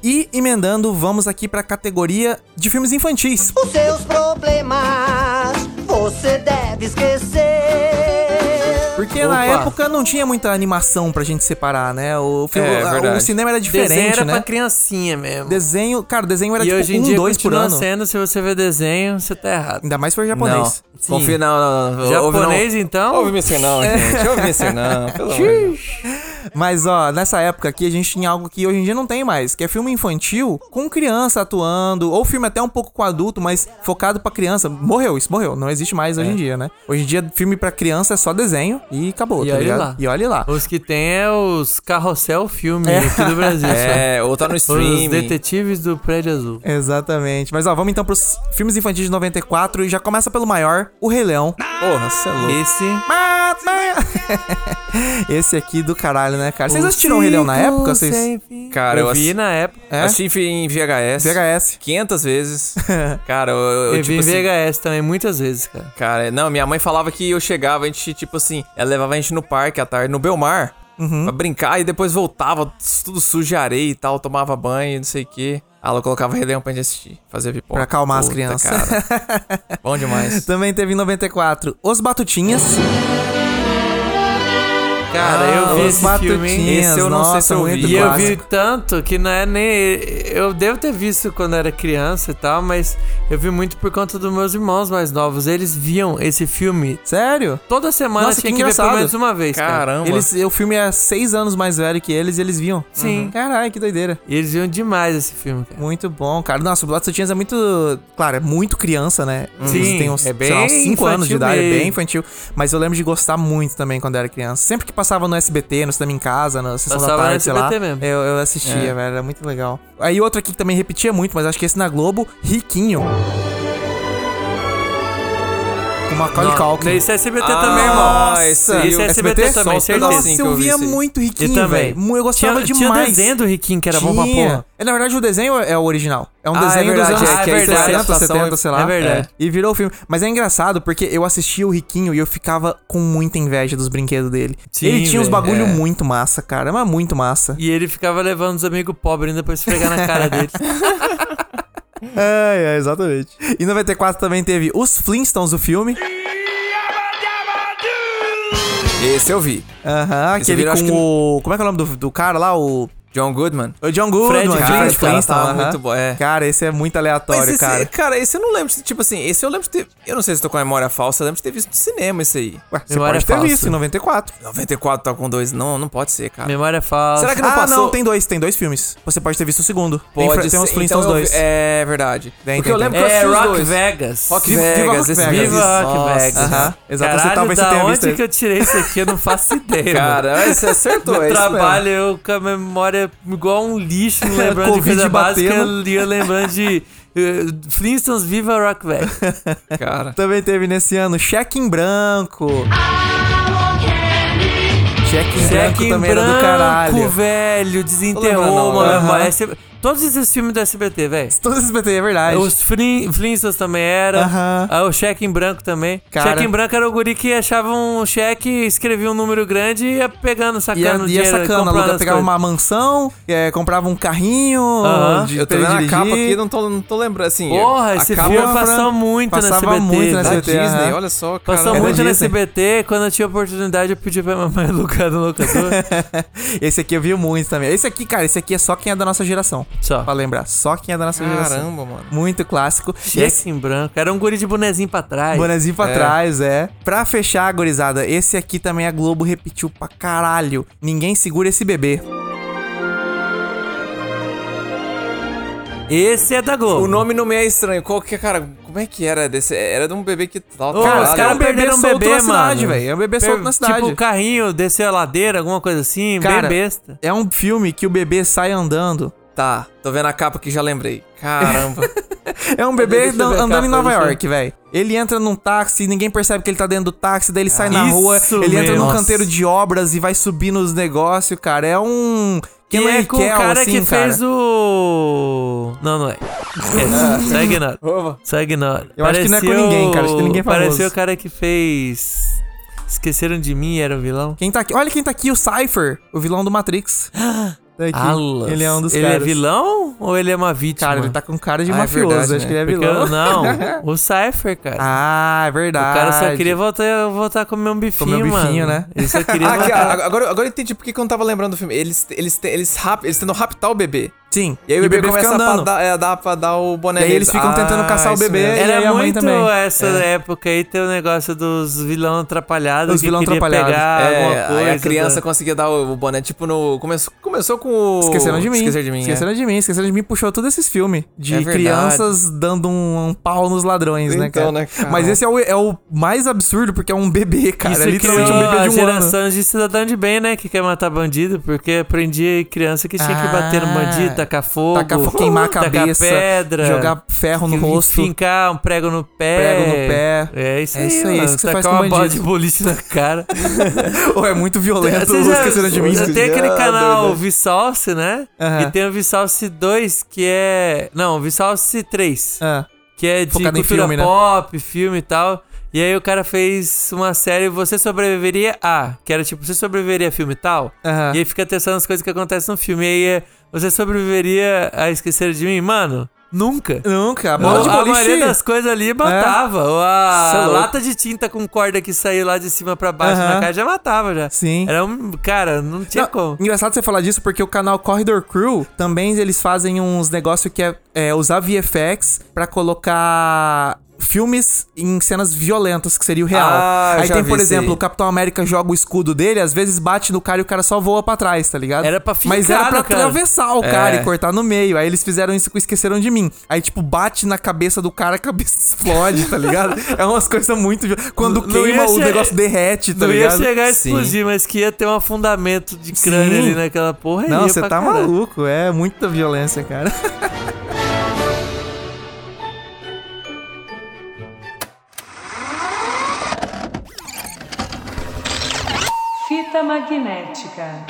E emendando, vamos aqui pra categoria de filmes infantis. Os seus problemas você deve esquecer. Porque na Opa. época não tinha muita animação pra gente separar, né? O, filme, É, o- o verdade. cinema era Desenho diferente, era né? pra criancinha mesmo. Desenho, cara, desenho era E tipo hoje em um, dia dois por continua ano. sendo, se você vê desenho, você tá errado. Ainda mais for Não, japonês. confia, não, não, não. Japonês, ouve, não. então? Ouve mister não, gente. Ouve mister não, pelo amor de Deus. Mas, ó, nessa época aqui a gente tinha algo que hoje em dia não tem mais, que é filme infantil com criança atuando, ou filme até um pouco com adulto, mas focado pra criança. Morreu, isso morreu. Não existe mais hoje em dia, né? Hoje em dia, filme pra criança é só desenho e acabou, E tá olha ligado? lá. E olha lá. Os que tem é os Carrossel Filme aqui do Brasil. É, ou tá no só. Os streaming. Detetives do Prédio Azul. Exatamente. Mas, ó, vamos então pros filmes infantis de noventa e quatro e já começa pelo maior, O Rei Leão. Porra, cê é louco. Esse... Esse aqui do caralho, né, cara? Vocês O assistiram o Rei Leão na ciclo época? Vocês... sem fim. Cara, eu eu vi assi- na época. É? Assisti em V H S. V H S. quinhentas vezes. Cara, eu, eu, Eu, vi tipo em assim, V H S também, muitas vezes, cara. Cara, não, minha mãe falava que eu chegava, a gente, tipo assim, ela levava a gente no parque à tarde, no Belmar, Uhum. pra brincar, e depois voltava, tudo sujo de areia e tal, tomava banho, não sei o quê. Aí ela colocava Rei Leão pra gente assistir, fazer pipoca. Pra acalmar as Puta, crianças. Cara. Bom demais. Também teve em noventa e quatro, Os Batutinhas. Cara, eu vi Os esse filme. Batutinhas, Esse eu não sei nossa, se eu muito vi. E eu clássico. vi tanto que não é nem. Eu devo ter visto quando era criança e tal, mas eu vi muito por conta dos meus irmãos mais novos. Eles viam esse filme Sério? toda semana, Nossa, tinha que que, ver pelo engraçado. menos uma vez, cara. Caramba. Eles, o filme é seis anos mais velho que eles e eles viam. Sim. Uhum. Caralho, que doideira. E eles viam demais esse filme, cara. Muito bom, cara. Nossa, o Batutinhas é muito... Claro, é muito criança, né? Sim, Eles têm uns, é bem sei lá, uns cinco anos de infantil idade, é mesmo. bem infantil. Mas eu lembro de gostar muito também quando era criança. Sempre que passava no S B T, no Cinema em Casa, na Sessão Passava da no Tarde, sei S B T lá, mesmo. Eu, eu assistia, velho. Era muito legal. Aí outro aqui que também repetia muito, mas acho que esse na Globo, Riquinho. Com Macaulay Culkin. Esse é S B T Ah, também, irmão. esse aí, Esse é o S B T S B T? também, Só certeza. Nossa, assim que eu eu vi via esse aí. muito Eu Riquinho, também. velho. Eu gostava tinha, demais. Tinha desenho do Riquinho que era bom pra Tinha. porra. É, na verdade, o desenho é o original. É um Ah, é desenho verdade, dos anos é, que aí foi a sessenta, adaptação, setenta, sei lá. é verdade. E virou o filme. Mas é engraçado porque eu assistia o Riquinho e eu ficava com muita inveja dos brinquedos dele. Sim, Ele tinha uns velho. bagulho É. muito massa, cara. Mas muito massa. E ele ficava levando os amigos pobres ainda pra esfregar na cara dele. É, é, exatamente. Em noventa e quatro também teve Os Flintstones, o filme. Esse eu vi. Aham, Esse eu aquele vi, eu acho com que- o... Como é que é o nome do, do cara lá? O... John Goodman. O John Goodman. Fred Fred Flintstone. Flintstone, Cara, tá aham. muito bom, é. Cara, esse é muito aleatório, Mas esse, cara. cara. esse eu não lembro, de- tipo assim, esse eu lembro de ter... Eu não sei se tô com a memória falsa, eu lembro de ter visto no cinema esse aí. Ué, você Memória pode ter falsa. visto em noventa e quatro. noventa e quatro tá com dois, não, não pode ser, cara. Memória falsa. Será que não ah, passou? não, tem dois, tem dois filmes. Você pode ter visto o segundo. Tem, Pode Fre- tem uns ser, Flintstones então eu vi- dois. É verdade. Tem, Porque tem, eu lembro tem. que eu É assisti os Rock dois. Vegas. Rock Viva- Viva Vegas, Rock esse Vegas. mesmo. Viva Rock Nossa. Vegas. Aham, exato. Caralho, Você talvez da você tenha onde visto. que eu tirei isso aqui? Eu não faço ideia, mano. Cara, você acertou, No é isso mesmo. trabalho, eu com a memória igual um lixo, não lembrando de Covid coisa básica, batendo. eu ia lembrando de uh, Flintstones Viva Rock Vegas. Cara. Também teve nesse ano Cheque em Branco. Cheque em Branco Cheque em também era do branco, caralho. velho, Tô lembrando, desenterrou não. uma Aham. memória. Esse- Todos esses filmes do S B T, velho. Todos esses B T, é verdade. Os Flin- Flintstones também era. Aham. Ah, o cheque em branco também. Cara. Cheque em branco era o guri que achava um cheque, escrevia um número grande e ia pegando, Ia, sacando ia dinheiro. sacando, comprando aluga, as pegava coisas. uma mansão, é, comprava um carrinho Aham. de, Eu tô pra ele vendo a dirigir. capa aqui, não tô, não tô lembrando, assim... Porra, a esse capa filme pra- passou muito no passava S B T. muito no da S B T, Disney, aham. olha só, cara. Passou É da muito no Disney. S B T, quando eu tinha oportunidade eu pedi pra minha mãe alugar no locador. Esse aqui eu vi muito também. Esse aqui, cara, esse aqui é só quem é da nossa geração. Só. Pra lembrar, só quem é da nossa geração. Caramba, mano. Muito clássico. E Cheque em branco. Era um guri de bonezinho pra trás. Bonezinho pra É. trás, é. Pra fechar, gurizada, esse aqui também a Globo repetiu pra caralho. Ninguém segura esse bebê. Esse é da Globo. O nome não me é estranho. Qual que é, cara? Como é que era desse? Era de um bebê que tava Ô, Cara, os é caras um bebê perderam um solto bebê, na cidade, mano. velho. É um bebê Per- solto na cidade. Tipo, o carrinho desceu a ladeira, alguma coisa assim, Cara, bem besta. é um filme que o bebê sai andando. Tá, tô vendo a capa que já lembrei. Caramba. É um bebê Deixa eu ver a andando capa, em Nova deixa eu- York, velho. Ele entra num táxi, ninguém percebe que ele tá dentro do táxi, daí ele sai na Isso rua, ele entra mesmo. num canteiro de obras e vai subir nos negócios, cara. É um... Que não é é com o cara assim, que fez o... Não, não é. é. Só ignora. Só ignora. Eu acho que não é com ninguém, cara. Acho que ninguém é famoso. Pareceu o cara que fez... Esqueceram de Mim, era o vilão. Quem tá aqui? Olha quem tá aqui, o Cypher, o vilão do Matrix. Daqui. Alas. Ele é um dos ele caras. é vilão ou ele é uma vítima? Cara, ele tá com cara de Ah, é mafioso. verdade, Acho né? que ele é Porque vilão. eu- não, o Cypher, cara. Ah, é verdade. O cara só queria voltar, voltar a comer um bifinho, Comer um bifinho, mano. né? Ele só queria Ah, aqui, voltar. ah, agora, agora eu entendi por que que eu não tava lembrando do filme. Eles, eles, te- eles, rap, eles tentam raptar o bebê. Sim. E aí o bebê, fica começa a andando. dar, é, dar pra dar o boné E aí eles deles. ficam tentando caçar o isso bebê. mesmo. E aí Era a mãe muito também. essa época aí, tem o negócio dos vilão atrapalhados Os que vilão queria atrapalhados. pegar É, alguma coisa. aí a criança da- conseguia dar o, o boné, tipo no... Começou, começou com o... Esqueceram de mim. Esqueceram de mim, Esqueceram é. de mim. Esqueceram de mim puxou todos esses filmes. De É verdade. crianças dando um, um pau nos ladrões, né, Então, cara? né, cara? Mas esse é o, é o mais absurdo, porque é um bebê, cara. Isso é literalmente criou um bebê a de um ano. geração de cidadão de bem, né? Que quer matar bandido, porque aprendia criança que tinha que bater no Ah, bandido, tacar fogo, Tacar fogo, queimar a tacar cabeça, pedra, jogar ferro no que- rosto. fincar um prego no pé. Prego no pé. É isso É aí, isso aí, mano. isso que você Tacar faz com uma bola bandido. de boliche na cara. Ou é muito violento, Você já- esqueceram de mim. já tem aquele Ah, canal doido. Vsauce, né? Aham. E tem o Vsauce dois, que é... Não, Vsauce três. Ah, Que é de Focado em cultura filme, né? pop, filme e tal. E aí o cara fez uma série Você Sobreviveria a, que era tipo, você sobreviveria a filme tal? Aham. E aí fica testando as coisas que acontecem no filme. E aí é, você sobreviveria a Esquecer de Mim? Mano, nunca. nunca. A bola de a boliche. maioria das coisas ali matava. Ou Cê é a louco. lata de tinta com corda que saiu lá de cima pra baixo Aham. na cara já matava já. Sim. Era um... Cara, não tinha Não, como. engraçado você falar disso, porque o canal Corridor Crew também eles fazem uns negócios que é, é usar V F X pra colocar filmes em cenas violentas, que seria o real. Ah, eu Aí já tem, vi por isso exemplo, aí. o Capitão América joga o escudo dele, às vezes bate no cara e o cara só voa pra trás, tá ligado? Era pra Mas fincar era pra no cara. atravessar o É. cara e cortar no meio. Aí eles fizeram isso com Esqueceram de Mim. Aí, tipo, bate na cabeça do cara, a cabeça explode, tá ligado? É umas coisas muito... viol- Quando Não queima, ia o che- negócio derrete, tá Não ia ligado? chegar a Sim. explodir, mas que ia ter um afundamento de crânio Sim. ali naquela porra. Não, ia você pra tá caralho. maluco. É muita violência, cara. Fita magnética.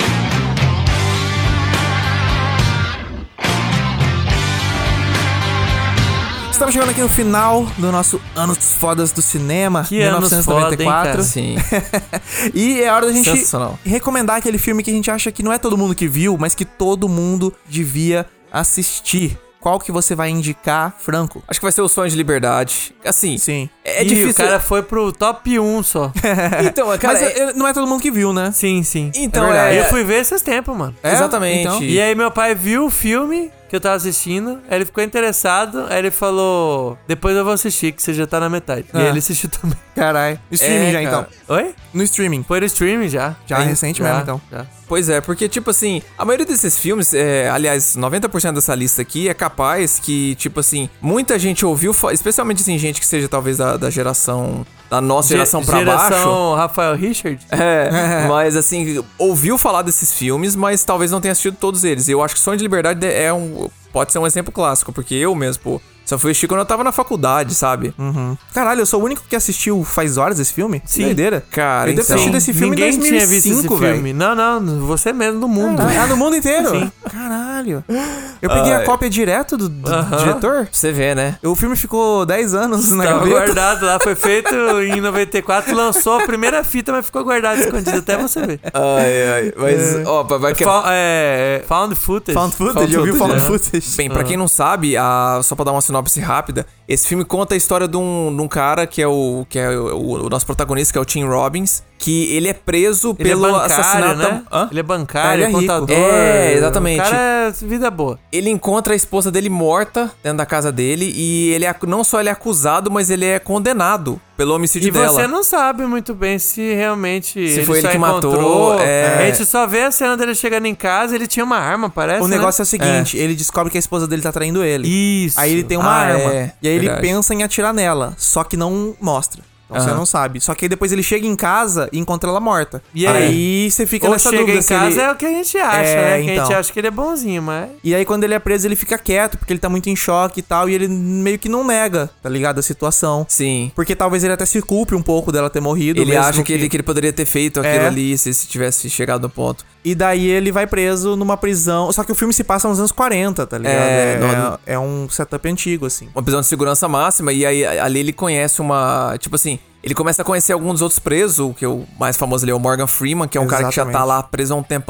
Estamos chegando aqui no final do nosso Anos Fodas do Cinema, Que anos mil novecentos e noventa e quatro. foda, hein, Sim. E é hora da gente Sensacional. recomendar aquele filme que a gente acha que não é todo mundo que viu, mas que todo mundo devia assistir. Qual que você vai indicar, Franco? Acho que vai ser o Sonho de Liberdade. Assim, Sim. é Ih, difícil... O cara foi pro top um só. Então, cara... mas é- é- não é todo mundo que viu, né? Sim, sim. Então, É verdade. é... Eu fui ver esses tempos, mano. É? Exatamente. Então? E aí meu pai viu o filme que eu tava assistindo, aí ele ficou interessado, aí ele falou, depois eu vou assistir, que você já tá na metade. E Ah. aí ele assistiu também. Caralho. No streaming É, já, cara. então. Oi? No streaming. Foi no streaming já. Já Tem- recente já, mesmo, então. já. Pois é, porque, tipo assim, a maioria desses filmes, é, aliás, noventa por cento dessa lista aqui é capaz que, tipo assim, muita gente ouviu, fa- especialmente, assim, gente que seja talvez da, da geração, da nossa geração Ge- pra baixo. Geração Rafael Richard? É, mas assim, ouviu falar desses filmes, mas talvez não tenha assistido todos eles. E eu acho que Sonho de Liberdade é um... Pode ser um exemplo clássico, porque eu mesmo, pô, só fui assistir quando eu tava na faculdade, sabe? Uhum. Caralho, eu sou o único que assistiu faz horas esse filme? Que Sim. doideira. Cara, eu devo ter então... assistido esse filme Ninguém em dois mil tinha e visto esse cinco, velho. filme. Não, não, você mesmo no mundo. Ah, no mundo inteiro? Sim. Caralho. Eu peguei a Ai. cópia direto do, do Aham. diretor. Pra você ver, né? O filme ficou dez anos na Tava gaveta. guardado lá, foi feito em noventa e quatro, lançou a primeira fita, mas ficou guardado, escondido até você ver. Ai, ai, mas, ó, vai que... Fa- é, found footage. Found footage, eu vi o found Found footage. Bem, pra quem não sabe, a- só pra dar uma sinopse rápida, esse filme conta a história de um, de um cara que é, o, que é o, o nosso protagonista, que é o Tim Robbins, que ele é preso Ele pelo é bancário, assassinato... né? Hã? Ele é bancário, Ah, ele é rico. contador. É, exatamente. O cara é vida boa. Ele encontra a esposa dele morta dentro da casa dele e ele é, não só ele é acusado, mas ele é condenado pelo homicídio E dela. você não sabe muito bem se realmente Se foi ele só que matou, encontrou. é. A gente só vê a cena dele chegando em casa, ele tinha uma arma, parece, O né? negócio é o seguinte, ele descobre que a esposa dele tá traindo ele. Isso. Aí ele tem uma Ah, arma. é. E aí ele Verdade. pensa em atirar nela, só que não mostra. Então você Aham. não sabe. Só que aí depois ele chega em casa e encontra ela morta. E aí? você fica Ou nessa chega dúvida em se casa ele... é o que a gente acha, É, né? Que a então. gente acha que ele é bonzinho, mas... E aí quando ele é preso ele fica quieto, porque ele tá muito em choque e tal, e ele meio que não nega, tá ligado, a situação. Sim. Porque talvez ele até se culpe um pouco dela ter morrido. Ele mesmo acha que, ele, que ele poderia ter feito aquilo É. ali se, se tivesse chegado no ponto. E daí ele vai preso numa prisão. Só que o filme se passa nos anos quarenta, tá ligado? É, É, no- é um setup antigo, assim. Uma prisão de segurança máxima, e aí ali ele conhece uma... Tipo assim, ele começa a conhecer alguns dos outros presos, o que é o mais famoso ali é o Morgan Freeman, que é um cara que já tá Exatamente. lá preso há um tempão.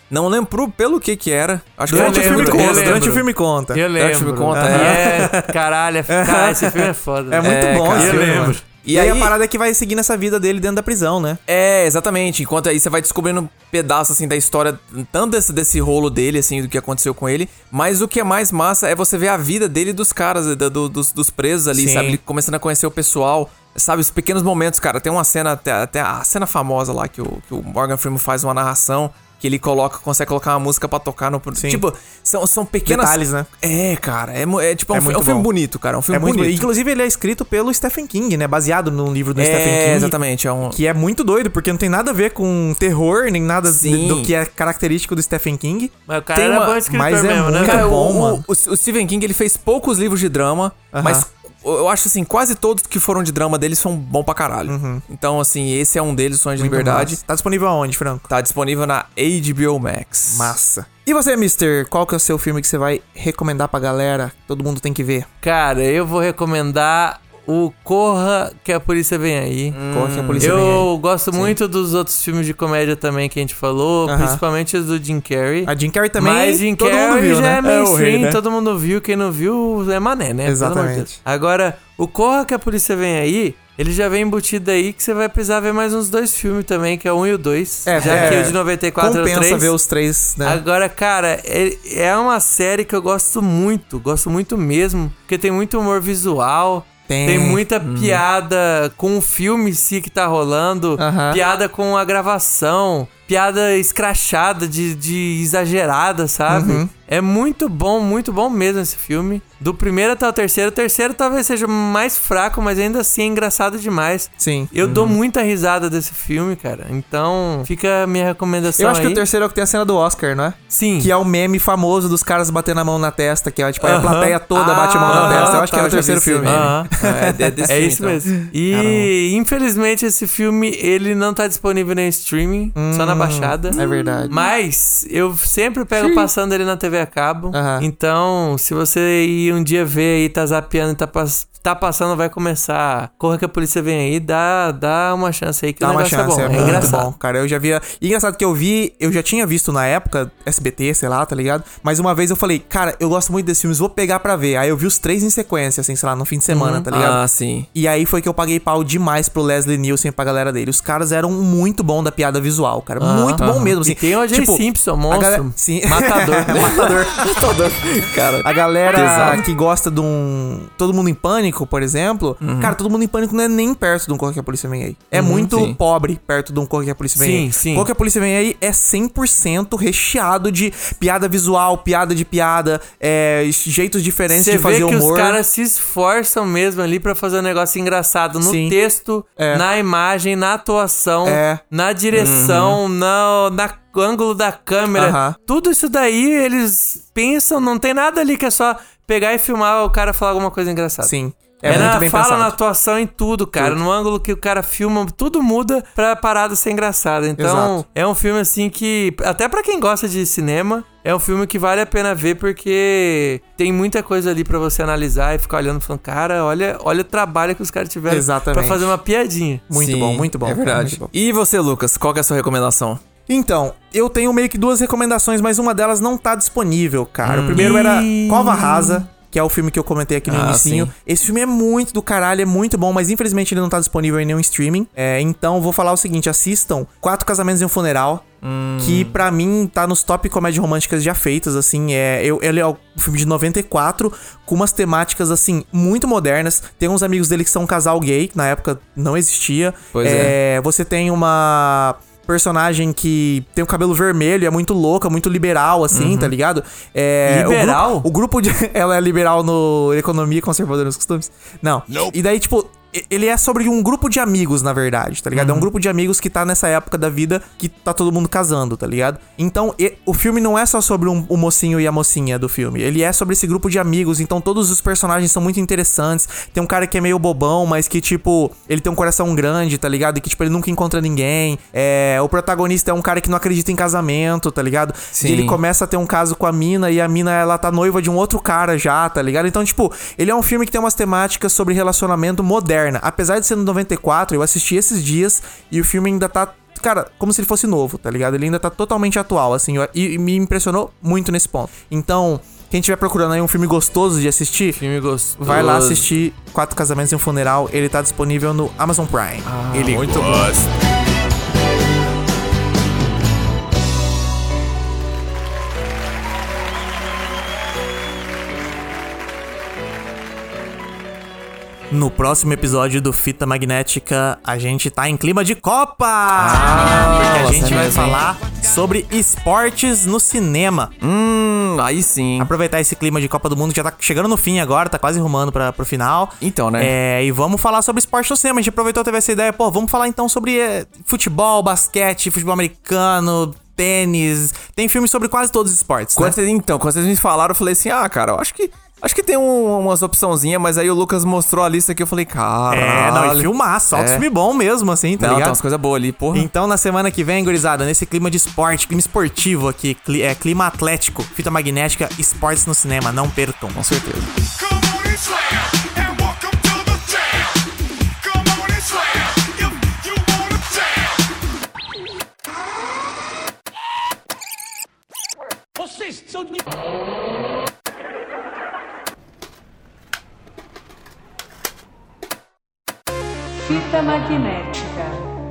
Não lembro pelo que que era. Acho que Durante o foi filme muito- conta, eu lembro. durante o filme conta. Eu Durante o lembro. filme conta, E é. é, caralho, é, cara, esse filme é foda. É muito É, bom cara, esse eu filme, lembro. mano. E, E aí, aí- a parada é que vai seguindo essa vida dele dentro da prisão, né? É, exatamente. Enquanto aí você vai descobrindo pedaços, assim, da história, tanto desse, desse rolo dele, assim, do que aconteceu com ele, mas o que é mais massa é você ver a vida dele e dos caras, da- do- dos, dos presos ali, Sim. sabe? Ele começando a conhecer o pessoal, sabe? Os pequenos momentos, cara. Tem uma cena, até, até a cena famosa lá, que o, que o Morgan Freeman faz uma narração, que ele coloca, consegue colocar uma música pra tocar no... Sim. Tipo, são, são pequenas... Detalhes, né? É, cara. É, mu- é tipo, é um, É fi- muito é um filme bom. bonito, cara. É um filme É muito bonito. bonito. Inclusive, ele é escrito pelo Stephen King, né? Baseado num livro do É, Stephen King. exatamente. É um... Que é muito doido, porque não tem nada a ver com terror, nem nada Sim. do que é característico do Stephen King. Mas o cara Tem era uma- bom escritor mas é mesmo, né? muito Cara, bom, o, mano. o, o Stephen King, ele fez poucos livros de drama, Aham. mas eu acho assim, quase todos que foram de drama deles são bom pra caralho. Então, assim, esse é um deles, Sonhos de Muito Liberdade. massa. Tá disponível aonde, Franco? Tá disponível na H B O Max. Massa. E você, mister? Qual que é o seu filme que você vai recomendar pra galera? Todo mundo tem que ver. Cara, eu vou recomendar o Corra que a Polícia Vem Aí. Qual que a polícia vem aí? Eu gosto muito dos outros filmes de comédia também que a gente falou, Aham. principalmente os do Jim Carrey. A Jim Carrey também, Mas Jim todo Carrey mundo viu, já né? é mainstream, o rei, né? todo mundo viu. Quem não viu é mané, né? Pelo amor de Exatamente. Deus. Agora, o Corra que a Polícia Vem Aí, ele já vem embutido aí que você vai precisar ver mais uns dois filmes também, que é o um e o dois. É, já é, que o de noventa e quatro é o Compensa três. ver os três, né? Agora, cara, é, é uma série que eu gosto muito, gosto muito mesmo, porque tem muito humor visual, Tem. tem, muita piada com o filme em si que tá rolando, Aham. piada com a gravação, piada escrachada, de, de exagerada, sabe? Uhum. É muito bom, muito bom mesmo esse filme. Do primeiro até o terceiro. O terceiro talvez seja mais fraco, mas ainda assim é engraçado demais. Sim. Eu dou muita risada desse filme, cara. Então, fica a minha recomendação Eu acho aí. que o terceiro é o que tem a cena do Oscar, não é? Sim. Que é o meme famoso dos caras batendo a mão na testa, que é tipo, a Aham. plateia toda bate a mão na Ah, testa. Eu acho tá, que é o eu já vi terceiro esse filme. meme. Aham. É, é desse É filme, isso então. mesmo. E infelizmente esse filme ele não tá disponível no streaming, só na baixada. É verdade. Mas eu sempre pego passando ele na T V a cabo. Aham. Então, se você ir um dia ver aí, tá zapeando e tá, pass tá passando, vai começar. Corra que a polícia vem aí, dá, dá uma chance aí que Dá o uma negócio chance, é é, bom. É, muito engraçado. bom, cara. Eu já via. E engraçado que eu vi, eu já tinha visto na época, S B T, sei lá, tá ligado? Mas uma vez eu falei, cara, eu gosto muito desses filmes, vou pegar pra ver. Aí eu vi os três em sequência, assim, sei lá, no fim de semana, tá ligado? Ah, sim. E aí foi que eu paguei pau demais pro Leslie Nielsen e pra galera dele. Os caras eram muito bom da piada visual, cara. muito bom mesmo, assim. E tem o O J Simpson, a monstro. galera- Sim. Matador. Matador. Matador. Cara, A galera pesado. que gosta de um Todo Mundo em Pânico, por exemplo, cara, Todo Mundo em Pânico não é nem perto de um Corra que a Polícia Vem Aí. É muito sim. pobre perto de um Corra que a Polícia Vem Sim, Aí. sim. Corra que a Polícia Vem Aí é cem por cento recheado de piada visual, piada de piada, é, jeitos diferentes Você de fazer vê que humor. os caras se esforçam mesmo ali pra fazer um negócio engraçado no Sim. texto, É. na imagem, na atuação, É. na direção, na, na ângulo da câmera. Aham. Tudo isso daí eles pensam, não tem nada ali que é só pegar e filmar o cara falar alguma coisa engraçada. Sim. É, É, muito na bem fala, pensado. na atuação, em tudo, cara. No ângulo que o cara filma, tudo muda pra parada ser engraçada. Então, Exato. é um filme assim que, até pra quem gosta de cinema, é um filme que vale a pena ver porque tem muita coisa ali pra você analisar e ficar olhando e falando, cara, olha, olha o trabalho que os caras tiveram Exatamente. pra fazer uma piadinha. Muito Sim, bom, muito bom. É verdade. Muito bom. E você, Lucas, qual que é a sua recomendação? Então, eu tenho meio que duas recomendações, mas uma delas não tá disponível, cara. O primeiro era Cova Rasa, que é o filme que eu comentei aqui no Ah, inicinho. sim. Esse filme é muito do caralho, é muito bom, mas infelizmente ele não tá disponível em nenhum streaming. É, então, vou falar o seguinte, assistam Quatro Casamentos e um Funeral, que pra mim tá nos top comédias românticas já feitas, assim. É, eu, ele é um filme de noventa e quatro, com umas temáticas, assim, muito modernas. Tem uns amigos dele que são um casal gay, que na época não existia. Pois é. É, você tem uma personagem que tem o cabelo vermelho, é muito louca, muito liberal, assim, tá ligado? É, Liberal? O grupo, o grupo de... Ela é liberal no Economia e Conservadora nos Costumes? Não. E daí, tipo... Ele é sobre um grupo de amigos, na verdade, tá ligado? É um grupo de amigos que tá nessa época da vida que tá todo mundo casando, tá ligado? Então, e- o filme não é só sobre um, o mocinho e a mocinha do filme. Ele é sobre esse grupo de amigos. Então, todos os personagens são muito interessantes. Tem um cara que é meio bobão, mas que, tipo, ele tem um coração grande, tá ligado? E que, tipo, ele nunca encontra ninguém. É, o protagonista é um cara que não acredita em casamento, tá ligado? Sim. E ele começa a ter um caso com a mina e a mina, ela tá noiva de um outro cara já, tá ligado? Então, tipo, ele é um filme que tem umas temáticas sobre relacionamento moderna. Apesar de ser no noventa e quatro, eu assisti esses dias e o filme ainda tá cara, como se ele fosse novo, tá ligado? Ele ainda tá totalmente atual, assim, e, e me impressionou muito nesse ponto. Então, quem estiver procurando aí um filme gostoso de assistir, Filme gostoso. vai lá assistir Quatro Casamentos e um Funeral. Ele tá disponível no Amazon Prime. Ah, ele muito gosta. No próximo episódio do Fita Magnética, a gente tá em clima de Copa! Ah, porque a nossa, gente é vai mesmo, hein? falar sobre esportes no cinema. Hum, aí sim. Aproveitar esse clima de Copa do Mundo, que já tá chegando no fim agora, tá quase rumando pra, pro final. Então, né? É, e vamos falar sobre esporte no cinema. A gente aproveitou, teve essa ideia, pô, vamos falar então sobre é, futebol, basquete, futebol americano, tênis. Tem filmes sobre quase todos os esportes, Quando né? vocês, então, quando vocês me falaram, eu falei assim, ah, cara, eu acho que... Acho que tem um- umas opçãozinhas, mas aí o Lucas mostrou a lista aqui, eu falei, cara. É, não, e filmaço, só É. filme bom mesmo, assim, tá Não, ligado? tem umas coisas boas ali, porra. Então, na semana que vem, gurizada, nesse clima de esporte, clima esportivo aqui, cli- é, clima atlético, fita magnética, esportes no cinema, não percam. Com certeza. Come on and slam, and welcome to the jam. Come on and slam, if you wanna jam. Vocês são de... Fita magnética.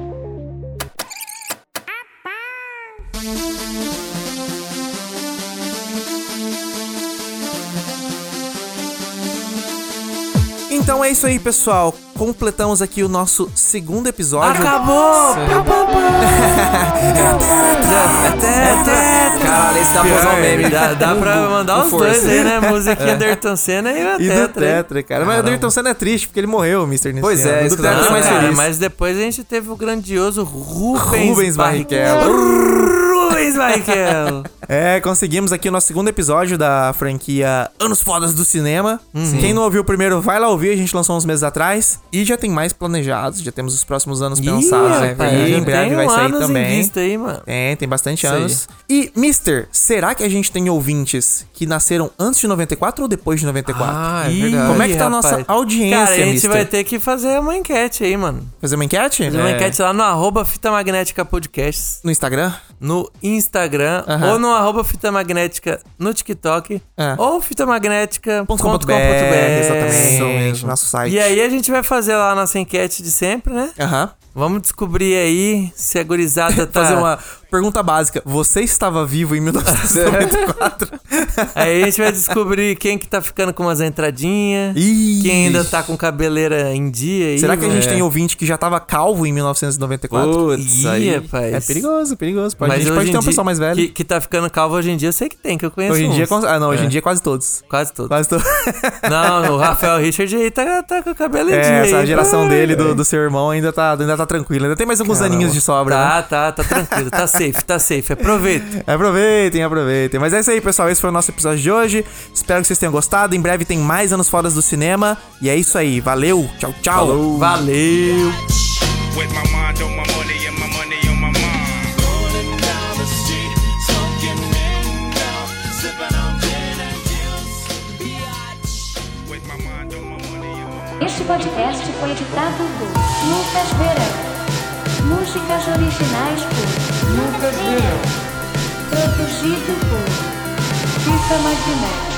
Então é isso aí, pessoal. Completamos aqui o nosso segundo episódio. Acabou! Caralho, esse dá pra usar um meme. Dá, dá pra mandar Com os força. dois aí, né? Musiquinha do Ayrton Senna e o E do Tetra. hein? Tetra, cara. Mas o Ayrton Senna é triste, porque ele morreu, mister nesse Pois ano. é, O isso do que eu Tetra é tava mais Cara, feliz. mas depois a gente teve o grandioso Rubens, Rubens Barrichello. Rubens Barrichello. É, conseguimos aqui o nosso segundo episódio da franquia Anos Fodas do Cinema. Quem não ouviu o primeiro, vai lá ouvir. A gente lançou uns meses atrás. E já tem mais planejados, já temos os próximos anos pensados. Ih, né? rapaz, E já em breve tem vai um sair anos em também. vista aí, mano. Tem, tem bastante Isso aí. anos. E, mister, será que a gente tem ouvintes que nasceram antes de noventa e quatro ou depois de noventa e quatro? Ah, é Ih, verdade. Como é que tá a rapaz. nossa audiência, Cara, a gente mister? vai ter que fazer uma enquete aí, mano. Fazer uma enquete? Fazer uma É. enquete lá no arroba Fita Magnética Podcasts, No Instagram? no Instagram, Aham. ou no arroba Fita Magnética no TikTok, É. ou fitamagnética ponto com ponto br. Exatamente. Isso mesmo. Nosso site. E aí a gente vai fazer lá a nossa enquete de sempre, né? Aham. Vamos descobrir aí se a gurizada tá... Fazer uma pergunta básica. Você estava vivo em mil novecentos e noventa e quatro? Aí a gente vai descobrir quem que tá ficando com umas entradinhas, Ih. quem ainda tá com cabeleira em dia aí. Será que a gente é. tem ouvinte que já tava calvo em mil novecentos e noventa e quatro? Putz, Ih, aí. rapaz. É perigoso, perigoso. Pode, a gente hoje pode em ter um dia- pessoal mais velho. Que, que tá ficando calvo hoje em dia, eu sei que tem, que eu conheço Hoje em uns. dia, cons- ah, não, hoje em É. dia quase todos. Quase todos. Quase todos. Não, o Rafael Richard aí tá, tá com o cabelo em dia É, essa aí, geração tá? dele, do, do seu irmão, ainda tá, ainda tá tranquila. Ainda tem mais alguns aninhos de sobra, né? Tá, tá, tá tranquilo, tá safe, tá safe, aproveita. Aproveitem, aproveitem. Mas é isso aí, pessoal. Esse foi o nosso episódio de hoje. Espero que vocês tenham gostado. Em breve tem mais Anos Fodas do Cinema. E é isso aí. Valeu. Tchau, tchau. Valeu. With my mind on my money and my money on my mind. Rolling down the street, smoking window, sipping on gin and juice, biatch. With my mind on my money and my money. Este podcast foi editado por Lucas Verão. Músicas originais por Lucas Verão. Produzido por Fita magnética.